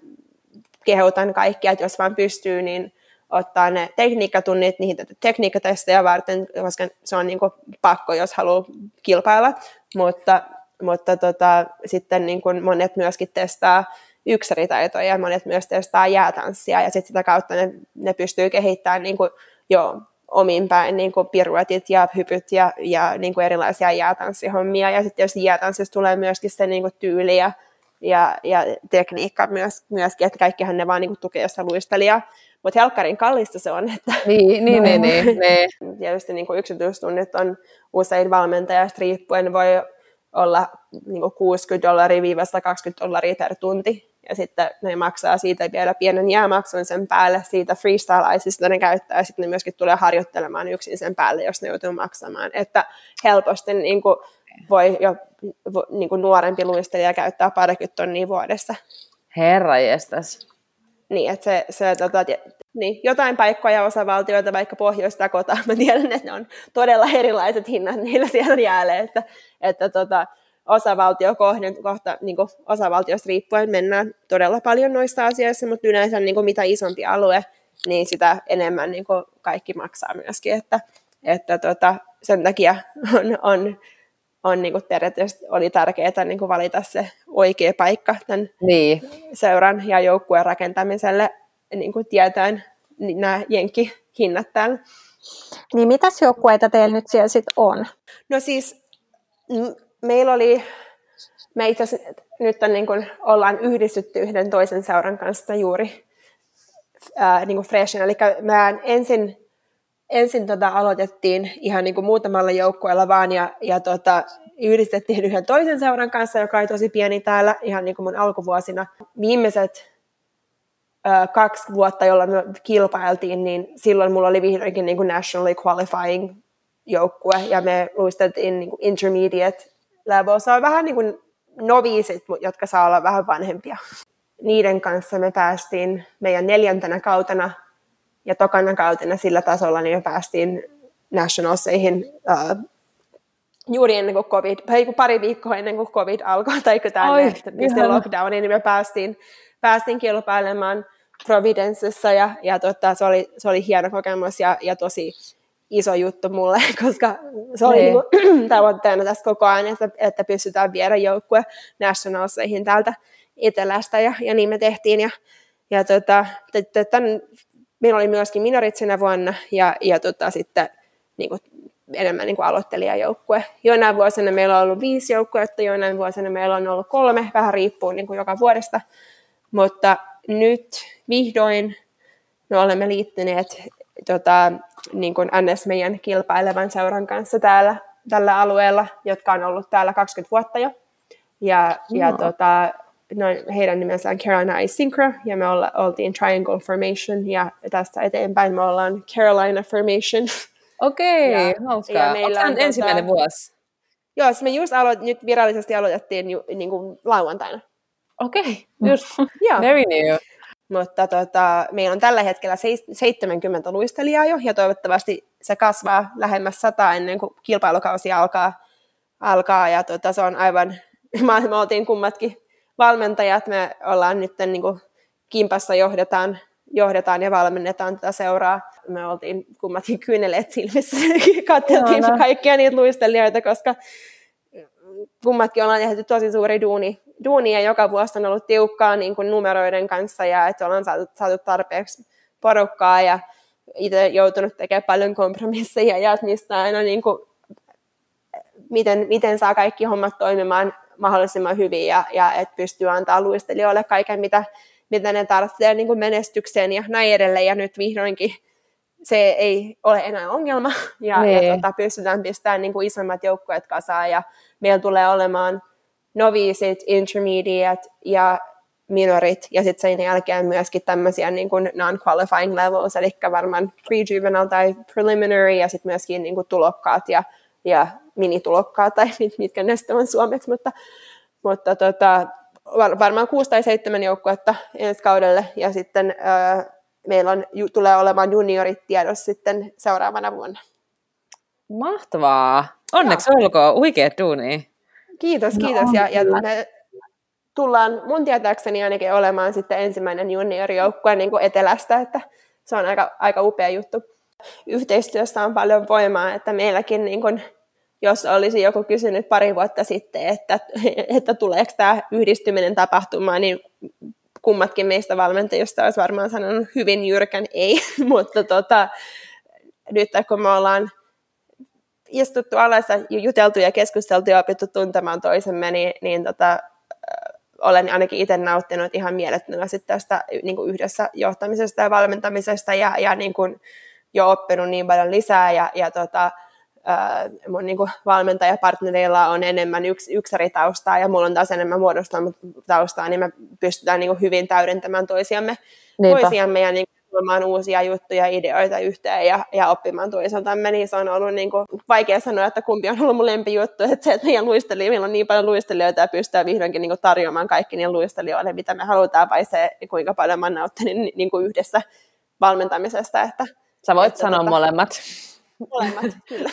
kehotan kaikkia, että jos vaan pystyy, niin ottaa ne tekniikkatunnit, niihin tekniikkatestejä varten, koska se on niin kuin pakko, jos haluaa kilpailla, mutta, mutta tota, sitten niin kuin monet myöskin testaa yksäritaitoja, monet myös testaa jäätanssia, ja sitten sitä kautta ne, ne pystyy kehittämään niin kuin, jo omin päin niin kuin piruetit ja hypyt ja, ja niin kuin erilaisia jäätanssihommia, ja sitten tietysti jäätanssissa tulee myöskin se niin kuin tyyli ja, ja, ja tekniikka myös, myöskin, että kaikkihan ne vaan niin kuin tukee sitä luistelijaa. Mutta helkkarin kallista se on. Että niin, niin, niin, niin, niin. Tietysti niin kuin yksityistunnit on usein valmentajasta riippuen voi olla niin kuin kuusikymmentä dollaria viiva kaksikymmentä dollaria per tunti. Ja sitten ne maksaa siitä vielä pienen jäämaksun sen päälle siitä freestyle-aisista ne käyttää. Ja sitten ne myöskin tulee harjoittelemaan yksin sen päälle, jos ne joutuu maksamaan. Että helposti niin kuin voi jo niin kuin nuorempi luistelija käyttää parikymmentä tonnia vuodessa. Herranjestas. Niin, että se, se tota, niin, jotain paikkoja osavaltioita, vaikka Pohjois-Dakota, mä tiedän, että ne on todella erilaiset hinnat niillä siellä jäällä, että, että tota, osavaltio kohden, kohta, niin kuin osavaltiosta riippuen mennään todella paljon noissa asioissa, mutta yleensä niin kuin mitä isompi alue, niin sitä enemmän niin kuin kaikki maksaa myöskin, että, että tota, sen takia on, on on niin kuin periaatteessa oli tärkeää niin kuin valita se oikea paikka tämän niin. seuran ja joukkueen rakentamiselle niin kuin tietäen nämä jenkkihinnat täällä. Niin mitäs joukkueita teillä nyt siellä sitten on? No siis meillä oli, me itse asiassa nyt on, niin kuin, ollaan yhdistytty yhden toisen seuran kanssa juuri ää, niin kuin freshen, eli mä ensin Ensin tota aloitettiin ihan niin kuin muutamalla joukkueella vaan ja, ja tota, yhdistettiin yhden toisen seuran kanssa, joka oli tosi pieni täällä ihan niin kuin mun alkuvuosina. Viimeiset ö, kaksi vuotta, jolloin me kilpailtiin, niin silloin mulla oli vihdoinkin niin kuin nationally qualifying joukkue ja me luisteltiin niin kuin intermediate level. Se on vähän niin kuin noviisit, jotka saa olla vähän vanhempia. Niiden kanssa me päästiin meidän neljäntenä kautena ja tokana kautena sillä tasolla niin me päästiin nationalseihin uh, juuri ennen kuin COVID, tai pari viikkoa ennen kuin COVID alkoi, tai kun tämä pisti lockdowniin, niin me päästiin, päästiin kilpailemaan Providencessa, ja, ja tota, se, oli, se oli hieno kokemus ja, ja tosi iso juttu mulle, koska se oli niin kuin, tavoitteena tässä koko ajan, että, että pystytään viedä joukkue nationalseihin täältä etelästä, ja, ja niin me tehtiin, ja, ja tota, tämän meillä oli myöskin minorit sinä vuonna ja, ja tota, sitten niin kuin, enemmän niin kuin aloittelijajoukkue. Joinain vuosina meillä on ollut viisi joukkuetta, joinain vuosina meillä on ollut kolme, vähän riippuu niin kuin joka vuodesta. Mutta nyt vihdoin me olemme liittyneet tota, niin kuin N S meidän kilpailevan seuran kanssa täällä, tällä alueella, jotka on ollut täällä kaksikymmentä vuotta jo. Ja, no. ja tota, no, heidän nimensä on Carolina Ice Synchro, ja me olla, oltiin Triangle Formation, ja tästä eteenpäin me ollaan Carolina Formation. Okei, okay, hauskaa. Onko tämä tota, ensimmäinen vuosi? Joo, me just aloit, nyt virallisesti aloitettiin ju, niin kuin lauantaina. Okei, okay, just very new. Mutta tota, meillä on tällä hetkellä seitsemänkymmentä luistelijaa jo, ja toivottavasti se kasvaa lähemmäs sata ennen kuin kilpailukausi alkaa, alkaa ja tota, se on aivan, me oltiin kummatkin valmentajat, me ollaan nyt niin kuin kimpassa johdetaan johdetaan ja valmennetaan tätä seuraa. Me oltiin kummatkin kyyneleet silmissä, katseltiin no, no. kaikkia niitä luistelijoita, koska kummatkin ollaan tehty tosi suuri duuni, duuni ja joka vuosi on ollut tiukkaa niin kuin numeroiden kanssa ja että ollaan saatu, saatu tarpeeksi porukkaa ja itse joutunut tekemään paljon kompromisseja ja mistä aina niin kuin, miten, miten saa kaikki hommat toimimaan mahdollisimman hyvin ja, ja että pystyy antaa luistelijoille kaiken, mitä, mitä ne tarvitsee niin kuin menestykseen ja näin edelleen. Ja nyt vihdoinkin se ei ole enää ongelma ja, ja tota, pystytään pistämään niin kuin isommat joukkueet kasaan ja meillä tulee olemaan noviisit, intermediate ja minorit ja sitten sen jälkeen myöskin tämmöisiä niin kuin non-qualifying levels, eli varmaan pre-juvenile tai preliminary ja sitten myöskin niin kuin tulokkaat ja, ja minitulokkaat tai mit, mitkä ne sitten on suomeksi, mutta, mutta tota, varmaan kuusi tai seitsemän joukkuetta ensi kaudelle ja sitten äh, meillä on, tulee olemaan juniorit tiedossa sitten seuraavana vuonna. Mahtavaa! Onneksi Joo. olkoon, huikea duuni. Kiitos, kiitos. No, ja, ja me tullaan mun tietääkseni ainakin olemaan sitten ensimmäinen juniorijoukkue niin kuin etelästä, että se on aika, aika upea juttu. Yhteistyössä on paljon voimaa, että meilläkin, niin kuin, jos olisi joku kysynyt pari vuotta sitten, että, että tuleeko tämä yhdistyminen tapahtumaan, niin kummatkin meistä valmentajista olisi varmaan sanonut hyvin jyrkän ei, mutta tota, nyt kun me ollaan istuttu alas ja juteltu ja keskusteltu ja opittu tuntemaan toisemme, niin, niin tota, olen ainakin itse nauttinut ihan mielettömästi tästä niin kuin yhdessä johtamisesta ja valmentamisesta ja, ja niin kuin jo oppinut niin paljon lisää ja, ja tota, ää, mun niin kuin valmentajapartnereilla on enemmän yks, yksäri-taustaa ja mulla on taas enemmän muodostelmataustaa, niin me pystytään niin kuin hyvin täydentämään toisiamme, toisiamme ja niin tuomaan uusia juttuja, ideoita yhteen ja, ja oppimaan toiseltamme, niin se on ollut niin kuin, vaikea sanoa, että kumpi on ollut mun lempijuttu, että se, että meidän luistelijoilla, meillä on niin paljon luistelijoita ja pystytään vihdoinkin niin kuin tarjoamaan kaikki niille luistelijoille, mitä me halutaan, vai se, kuinka paljon mä oon nauttinut niin kuin yhdessä valmentamisesta. Että, Sä voit että, sanoa tota, molemmat. Molemmat, kyllä.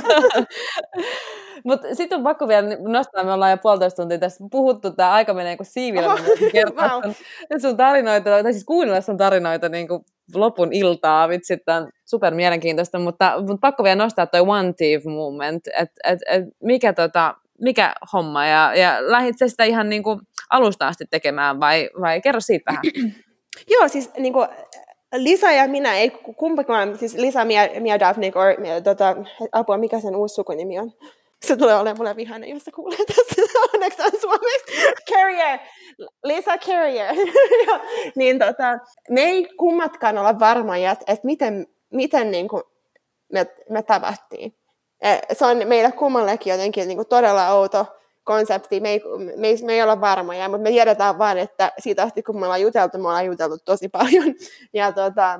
Mutta sitten on pakko vielä nostaa, me ollaan jo puolitoista tuntia tässä puhuttu, tämä aika menee kuin siivillä, oh, kertaa wow. sun tarinoita, tai siis kuunnella sun tarinoita niin kuin lopun iltaa, vitsi, tämä on super mielenkiintoista, mutta, mutta pakko vielä nostaa toi One Team Movement, että et, et mikä, tota, mikä homma, ja, ja lähdit sä sitä ihan niin kuin alusta asti tekemään, vai, vai kerro siitä vähän? Joo, siis niin kuin Lisa ja minä, ei kumpikaan, siis Lisa Mia, Mia Daphne, tota, apua, mikä sen uusi sukunimi on? Se tulee olemaan mulle vihainen, jos sä kuulee tästä. Onneksi on suomeksi. Carrier. Lisa Carrier. niin tota, me ei kummatkaan olla varmoja, että et miten, miten niinku me, me tavattiin. Se on meillä kummallekin jotenkin niinku todella outo konsepti. Me ei, me, ei, me ei olla varmoja, mutta me tiedetään vaan, että siitä asti kun me ollaan juteltu, me ollaan juteltu tosi paljon. Ja, tota,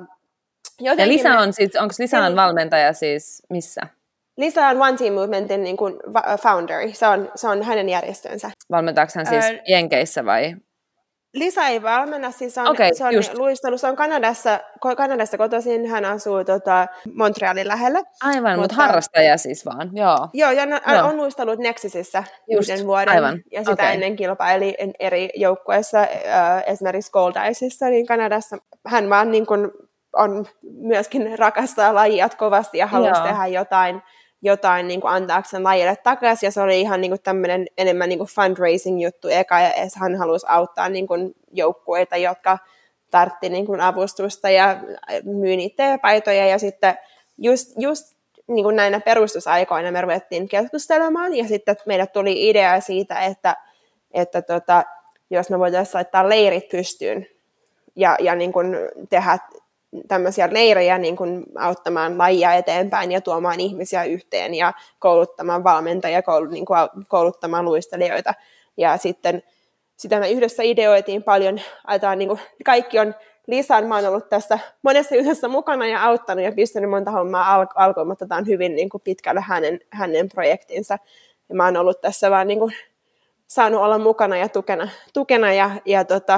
ja Lisa on me, siis, onko Lisa on valmentaja siis missä? Lisa on One Team Movementin niin kuin founder. Se on, se on hänen järjestönsä. Valmentaako hän siis öö, Jenkeissä vai? Lisa ei valmenna, siis se on, okay, se on luistelu. Se on Kanadassa, Kanadassa kotoisin. Hän asuu tota, Montrealin lähellä. Aivan, mutta, mutta harrastaja siis vaan. Joo, joo ja no, joo. on luistellut Nexusissä yhden vuoden. Aivan. Ja sitä okay. ennen kilpaili eri joukkueissa, äh, esimerkiksi Goldiceissa niin Kanadassa. Hän vaan niin kuin on myöskin rakastaa lajia kovasti ja haluaisi joo. tehdä jotain, jotain niin kuin antaakseen lajille takaisin, ja se oli ihan niin kuin tämmöinen enemmän niin kuin fundraising-juttu eka, ja hän halusi auttaa niin kuin joukkueita, jotka tartti niin kuin avustusta ja myy niitä paitoja, ja sitten just, just niin kuin näinä perustusaikoina me ruvettiin keskustelemaan, ja sitten meille tuli idea siitä, että, että tota, jos me voitaisiin laittaa leirit pystyyn, ja, ja niin kuin tehdä tämmöisiä leirejä niin kuin auttamaan lajia eteenpäin ja tuomaan ihmisiä yhteen ja kouluttamaan valmentajia, niin kuin kouluttamaan luistelijoita. Ja sitten sitä me yhdessä ideoitiin paljon. Aitaan, niin kuin, kaikki on Lisan, mä oon ollut tässä monessa jutussa mukana ja auttanut ja pistänyt monta hommaa al- alkuun, mutta tämä on hyvin niin kuin pitkälle hänen, hänen projektinsa. Ja mä oon ollut tässä vaan niin kuin, saanut olla mukana ja tukena, tukena ja, ja tota,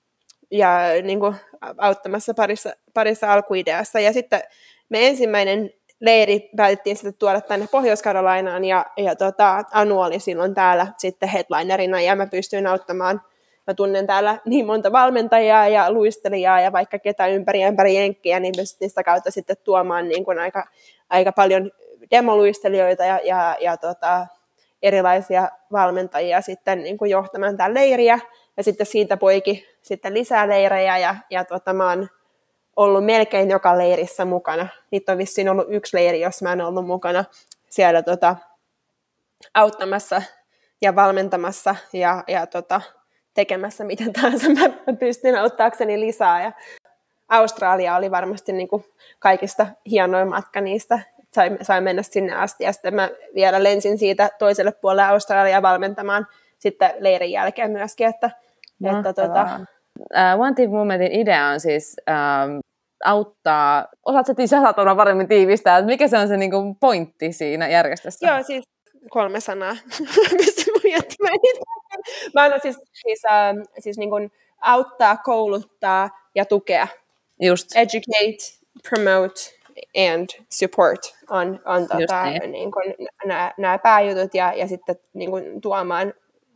ja niin kuin auttamassa parissa, parissa alkuideassa. Ja sitten me ensimmäinen leiri päätettiin sitten tuoda tänne Pohjois-Carolinaan, ja, ja tota, Anu oli silloin täällä sitten headlinerina, ja mä pystyin auttamaan mä tunnen täällä niin monta valmentajaa ja luistelijaa ja vaikka ketä ympäri ja ympäri jenkkiä, niin pystyt sitä kautta sitten tuomaan niin kuin aika, aika paljon demoluistelijoita ja, ja, ja tota, erilaisia valmentajia sitten niin kuin johtamaan tämän leiriä. Ja sitten siitä poiki sitten lisää leirejä ja, ja tota, mä oon ollut melkein joka leirissä mukana. Niitä on vissiin ollut yksi leiri, jos mä en ollut mukana siellä tota, auttamassa ja valmentamassa ja, ja tota, tekemässä mitä tahansa mä pystyn auttaakseni lisää. Ja Australia oli varmasti niin kuin kaikista hienoin matka niistä. Sain, sain mennä sinne asti ja sitten mä vielä lensin siitä toiselle puolelle Australiaa valmentamaan sitten leirin jälkeen myöskin. Että, että, tota... uh, One Team Momentin idea on siis um, auttaa, osaatko sä saatana paremmin tiivistää, että mikä se on se niin kuin pointti siinä järjestössä? Joo, siis kolme sanaa. Pystyn miettimään niitä. Mä annan siis, siis, äh, siis niin kuin auttaa, kouluttaa ja tukea. Just. Educate, promote and support on, on tota, niin kuin nämä, nämä pääjutut ja, ja sitten niin kuin tuomaan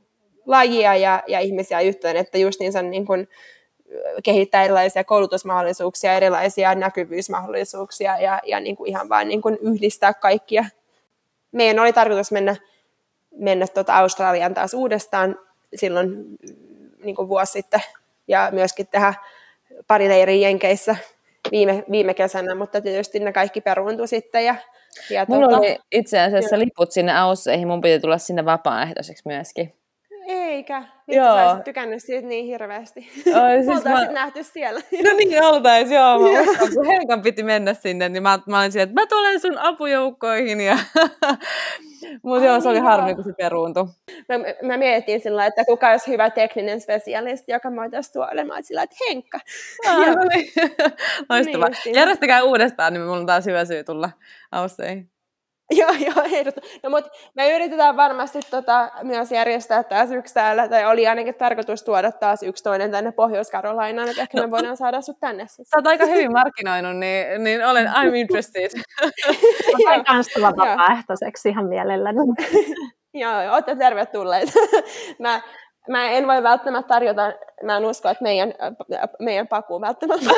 lajia ja, ja ihmisiä yhteen, että just niin sen niin kuin kehittää erilaisia koulutusmahdollisuuksia, erilaisia näkyvyysmahdollisuuksia ja, ja niin kuin ihan vaan niin kuin yhdistää kaikkia. Meidän oli tarkoitus mennä, mennä tuota Australiaan taas uudestaan silloin niin kuin vuosi sitten ja myöskin tehdä pari leiriä Jenkeissä viime, viime kesänä, mutta tietysti ne kaikki peruuntui sitten. Ja, ja Mulla tuota, oli itse asiassa liput sinne Ausseihin, mun piti tulla sinne vapaaehtoiseksi myöskin. Eikä, nyt sä olisit tykännyt siitä niin hirveästi. Oi, siis oltaisiin mä... nähty siellä. No niin, oltais, joo. Mä uskon, kun Helkan piti mennä sinne, niin mä, mä olin siellä, että mä tulen sun apujoukkoihin. Ja... Mutta joo, se oli harmi, kun se peruuntui. Mä, mä mietin sillä, että kuka olisi hyvä tekninen spesialisti, joka mä otaisi tuolemaan sillä, että Henkka. Ah, no niin. Loistavaa. Niin, järjestäkää uudestaan, niin mulla on taas hyvä syy tulla Ausseihin. Joo, joo, ehdottomasti. No, mutta me yritetään varmasti tota, myös järjestää taas yksi täällä, tai oli ainakin tarkoitus tuoda taas yksi toinen tänne Pohjois-Karolainaan, että ehkä no, me voidaan saada sut tänne. Siis. Sä oot aika hyvin markkinoinut, niin, niin olen, I'm interested. Olen kans tulla vapaaehtoiseksi ihan mielelläni. Joo, ootte tervetulleet. mä, mä en voi välttämättä tarjota, mä en usko, että meidän, meidän pakuun välttämättä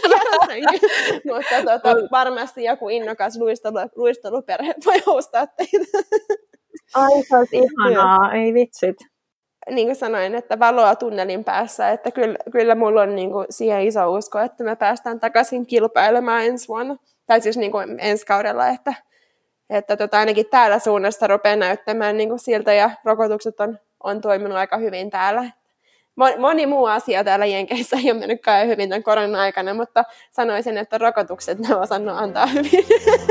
mutta tota, varmasti joku innokas luistelu, luisteluperhe voi hostaa teitä. Ai, se olisi ihanaa, ei vitsit. Niin kuin sanoin, että valoa tunnelin päässä, että kyllä, kyllä mulla on niin kuin siihen iso usko, että me päästään takaisin kilpailemaan ensi vuonna, tai siis niin kuin ensi kaudella, että, että tota, ainakin täällä suunnasta rupeaa näyttämään niin kuin siltä, ja rokotukset on, on toiminut aika hyvin täällä. Moni muu asia täällä Jenkeissä ei ole mennytkään hyvin tämän korona-aikana, mutta sanoisin, että rokotukset ne on osannut antaa hyvin.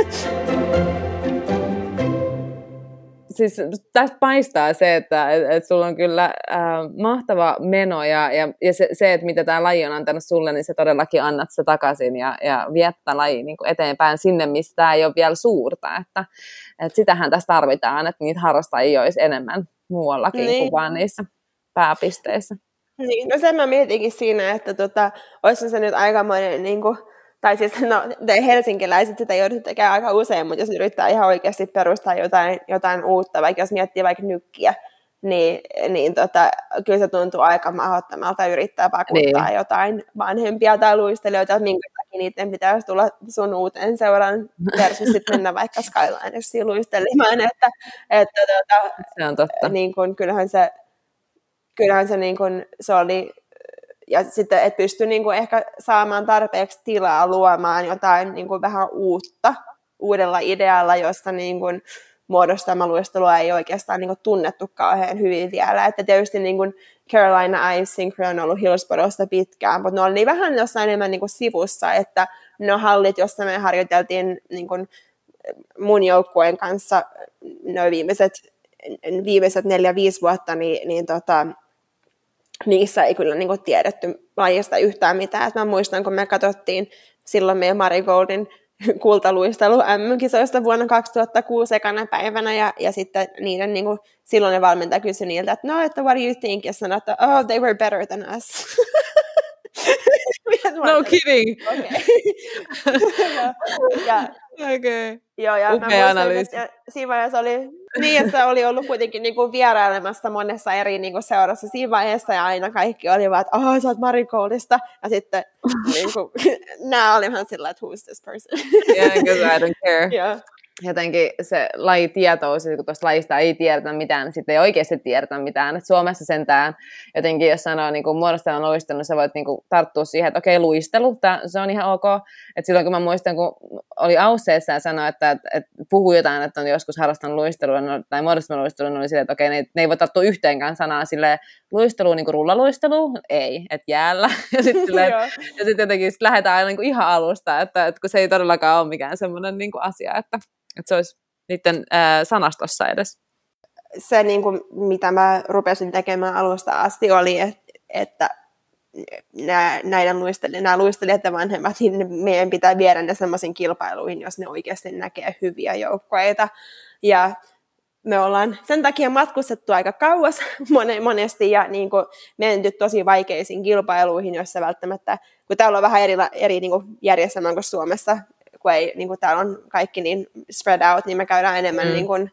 Siis tästä paistaa se, että et, et sulla on kyllä äh, mahtava meno ja, ja, ja se, se, että mitä tämä laji on antanut sulle, niin se todellakin annat se takaisin ja, ja viet tätä laji niin kuin eteenpäin sinne, missä tämä ei ole vielä suurta. Että, et sitähän tässä tarvitaan, että niitä harrastajia olisi enemmän muuallakin niin kuin vaan niissä pääpisteissä. Niin, no sen mä mietinkin siinä, että tota, olisi se nyt aikamoinen, niin kuin, tai siis no, te helsinkiläiset sitä joudut tekemään aika usein, mutta jos yrittää ihan oikeasti perustaa jotain, jotain uutta, vaikka jos miettii vaikka nykkiä, niin, niin tota, kyllä se tuntuu aika mahdottomalta yrittää vakuuttaa niin. jotain vanhempia tai luistelijoita, että minkä takia niiden pitäisi tulla sun uuteen seuraan versus sitten mennä vaikka Skylinessiin luistelemaan, että, että tota, se on totta. Niin kun, kyllähän se Kyllähän se, niin kun, se oli, ja sitten, että pystyi niin kun ehkä saamaan tarpeeksi tilaa luomaan jotain niin kun vähän uutta, uudella idealla, josta niin kun muodostama luistelua ei oikeastaan niin kun tunnettu kauhean hyvin vielä. Että tietysti niin kun Carolina Ice Synchro on ollut Hillsborossa pitkään, mutta ne oli niin vähän jossain enemmän niin kun sivussa, että ne hallit, jossa me harjoiteltiin niin kun mun joukkueen kanssa noin viimeiset, viimeiset neljä, viisi vuotta, niin, niin tota, niissä ei kyllä niin kuin tiedetty lajista yhtään mitään. Et mä muistan, kun me katsottiin silloin meidän Marigoldin kultaluistelu M M-kisoista vuonna kaksituhattakuusi ekana päivänä, ja, ja sitten niiden niin kuin, silloinen valmentaja kysyi niiltä, että no, että what do you think? Ja sanoi, että oh, they were better than us. No kidding. Okei. ja, ja, okay. Joo, ja upea mä analyysi. Että siinä vaiheessa oli, niin, että oli ollut kuitenkin niin kuin vierailemassa monessa eri niin kuin seurassa siinä vaiheessa, ja aina kaikki olivat, että oh, sä oot Marigoldista, ja sitten niin kuin, nämä oli ihan sillä, että who's this person? Yeah, because I don't care. yeah. Jotenkin se lajitietous, kun tuosta lajista ei tiedetä mitään, niin sitten ei oikeasti tiedetä mitään. Et Suomessa sentään jotenkin, jos sanoo niin kuin muodostavan luistelun, niin sä voit niin kuin tarttua siihen, että okei, luistelu, tää, se on ihan ok. Et silloin kun mä muistan, kun oli Ausseissa ja sanoi, että, että, että puhuu jotain, että on joskus harrastanut luistelua tai muodostavan luistelua, niin oli silleen, että okei, ne, ne ei voi tarttua yhteenkään sanaa silleen, luistelu, niin kuin rullaluistelu, ei, että jäällä. Ja sitten sit jotenkin sit lähdetään aina niin kuin ihan alusta, että, että kun se ei todellakaan ole mikään semmoinen niin kuin asia, että että se olisi niiden ää, sanastossa edes. Se, niin kuin, mitä mä rupesin tekemään alusta asti, oli, et, että nämä, näiden luistelijat, nämä luistelijat ja vanhemmat, niin meidän pitää viedä ne sellaisiin kilpailuihin, jos ne oikeasti näkee hyviä joukkoita. Ja me ollaan sen takia matkustettu aika kauas monesti ja niin kuin menty tosi vaikeisiin kilpailuihin, joissa välttämättä, kun täällä on vähän eri, eri niin kuin järjestelmä kuin Suomessa, kun ei, niin kuin täällä on kaikki niin spread out, niin me käydään enemmän mm. niin kuin,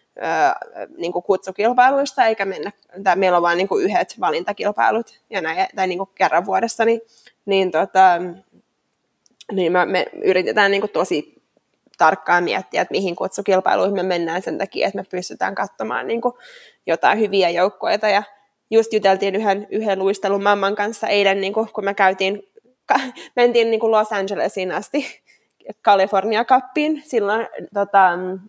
ö, niin kuin kutsukilpailuista, eikä mennä, tai meillä on vain niin kuin yhdet valintakilpailut, ja näin, tai niin kuin kerran vuodessa, niin, niin, tota, niin me, me yritetään niin kuin tosi tarkkaan miettiä, että mihin kutsukilpailuihin me mennään sen takia, että me pystytään katsomaan niin kuin jotain hyviä joukkoita, ja just juteltiin yhden, yhden luistelun mamman kanssa eilen, niin kuin, kun me käytiin, mentiin niin kuin Los Angelesiin asti, California Cupiin silloin, tota,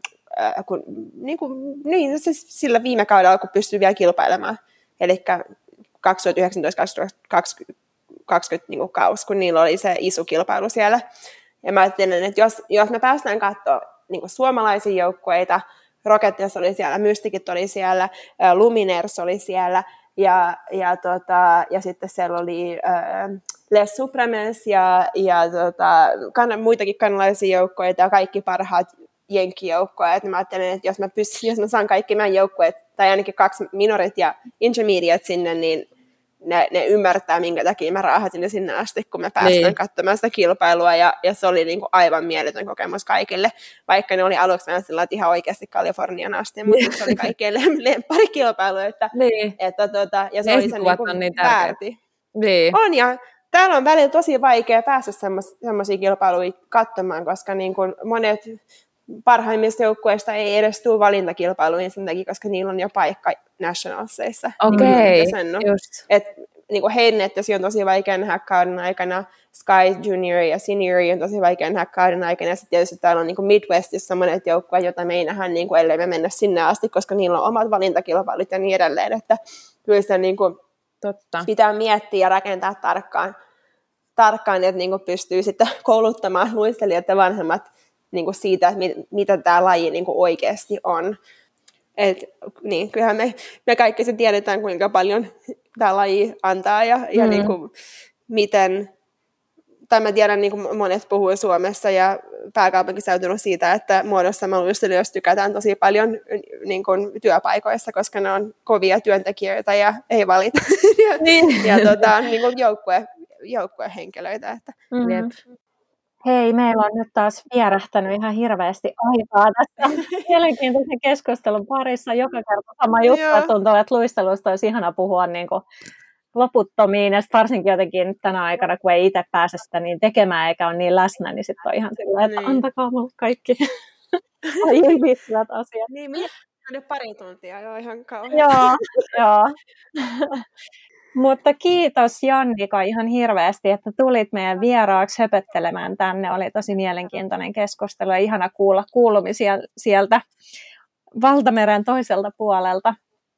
kun, niin, kuin, niin siis sillä viime kaudella, kun pystyi vielä kilpailemaan. Eli kaksituhattayhdeksäntoista kaksituhattakaksikymmentä niin kaus, kun niillä oli se iso kilpailu siellä. Ja mä ajattelin, että jos, jos me päästään katsoa niin suomalaisia joukkueita, Rockets oli siellä, Mystikit oli siellä, Luminers oli siellä, ja, ja, tota, ja sitten siellä oli äh, Les Supremes ja, ja tota, kann- muitakin kanalaisia joukkoja ja kaikki parhaat jenkkijoukkoja. Mä ajattelin, että jos mä, pystyn, jos mä saan kaikki meidän joukkueet, tai ainakin kaksi minorit ja intermediate sinne, niin ne, ne ymmärtää, minkä takia mä raahasin ne sinne asti, kun me päästään niin katsomaan sitä kilpailua, ja, ja se oli niin kuin aivan mieletön kokemus kaikille, vaikka ne oli aluksi sillä, että ihan oikeasti Kalifornian asti, mutta se oli kaikkein lempparikilpailu, että, niin. että tota, ja se ne oli se niin kuin niin väärti. Niin. On, ja täällä on välillä tosi vaikea päästä semmoisia kilpailuja katsomaan, koska niin kuin monet parhaimmista joukkueista ei edes tule valintakilpailuihin sen takia, koska niillä on jo paikka nationalseissa. Okei, niin just. Et, niin kuin heidän nettisi on tosi vaikea nähdä kauden aikana, Sky Junior ja Senior on tosi vaikea nähdä kauden aikana, ja sitten tietysti täällä on niin kuin Midwestissä monet joukkueet, joita me ei nähdä, niin kuin, ellei me mennä sinne asti, koska niillä on omat valintakilpailut ja niin edelleen, että kyllä sitä niin kuin Totta. pitää miettiä ja rakentaa tarkkaan, tarkkaan että niin kuin pystyy sitten kouluttamaan luistelijat ja vanhemmat niin kuin siitä, että mit, mitä tämä laji niin kuin oikeasti on. Et, niin, kyllähän me, me kaikki se tiedetään, kuinka paljon tämä laji antaa ja, ja mm. niin kuin, miten, tai mä tiedän, niin kuin monet puhuu Suomessa ja pääkaupunkiseutunut siitä, että muodostelmaluistelijoista tykätään tosi paljon niin kuin työpaikoissa, koska ne on kovia työntekijöitä ja ei valita. ja niin. ja tota, niin kuin joukkue, joukkuehenkilöitä. Että. Mm. Hei, meillä on nyt taas vierähtänyt ihan hirveästi aikaa tässä mielenkiintoisen keskustelun parissa. Joka kerta sama juttu, että tuntuu, että luistelusta olisi ihana puhua niin kuin loputtomiin. Ja varsinkin jotenkin tänä aikana, kun ei itse pääse sitä niin tekemään eikä ole niin läsnä, niin sitten on ihan sillä, että niin. antakaa mulle kaikki liittyvät asiat. Niin, minä nyt pari tuntia, joo, ihan kauhean. Joo, joo. Mutta kiitos Jannika ihan hirveästi, että tulit meidän vieraaksi höpöttelemään tänne. Oli tosi mielenkiintoinen keskustelu ja ihana kuulla kuulumisia sieltä valtameren toiselta puolelta.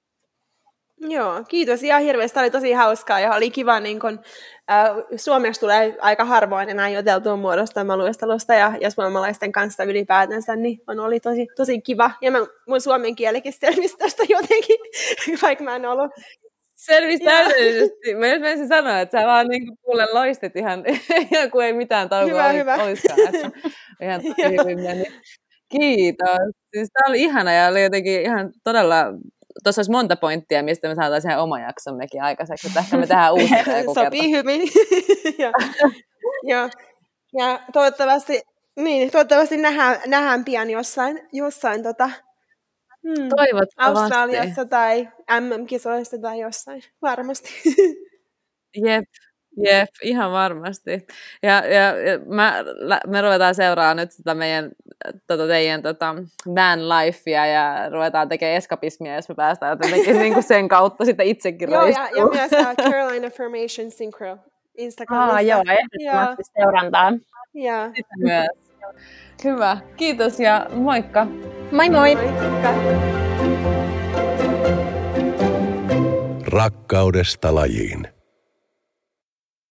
Joo, kiitos ihan hirveästi. Tämä oli tosi hauskaa ja oli kiva, niin kun, äh, Suomessa tulee aika harvoin enää juteltua muodostelmaluistelusta ja, ja suomalaisten kanssa ylipäätänsä, niin on oli tosi, tosi kiva. Ja mä, mun suomen kielikin selvisi tästä jotenkin, vaikka mä en ollut... Selvisi täydellisesti. Mä just menisin sanoa, että sä vaan niin kuule loistit ihan, ihan kuin ei mitään taukoa oli, olisikaan. Ihan tosi hyvin meni. Kiitos. Siis tää oli ihana ja oli jotenkin ihan todella tuossa olisi monta pointtia, mistä me saataisiin ihan oma jaksommekin aikaiseksi, että ehkä me tehdään uusia joku kerta. Sopii hyvin. ja, ja, ja toivottavasti, niin, toivottavasti nähdään, nähdään pian jossain, jossain tota, hmm, Australiassa tai M M-kisoissa tai jossain, varmasti. Jep. Jep, ihan varmasti. Ja, ja, ja mä, me ruvetaan seuraamaan nyt sitä meidän, tota, teidän tota, van lifea ja ruvetaan tekemään eskapismia, jos me päästään jotenkin niin kuin sen kautta sitten itsekin Joo, reistua. ja, ja myös uh, Carolina Formation Synchro Instagramissa. Ah, joo, ehdottomasti seurantaan. Ja. Sitä myös. Hyvä, kiitos ja moikka. Moi moi! Rakkaudesta lajiin.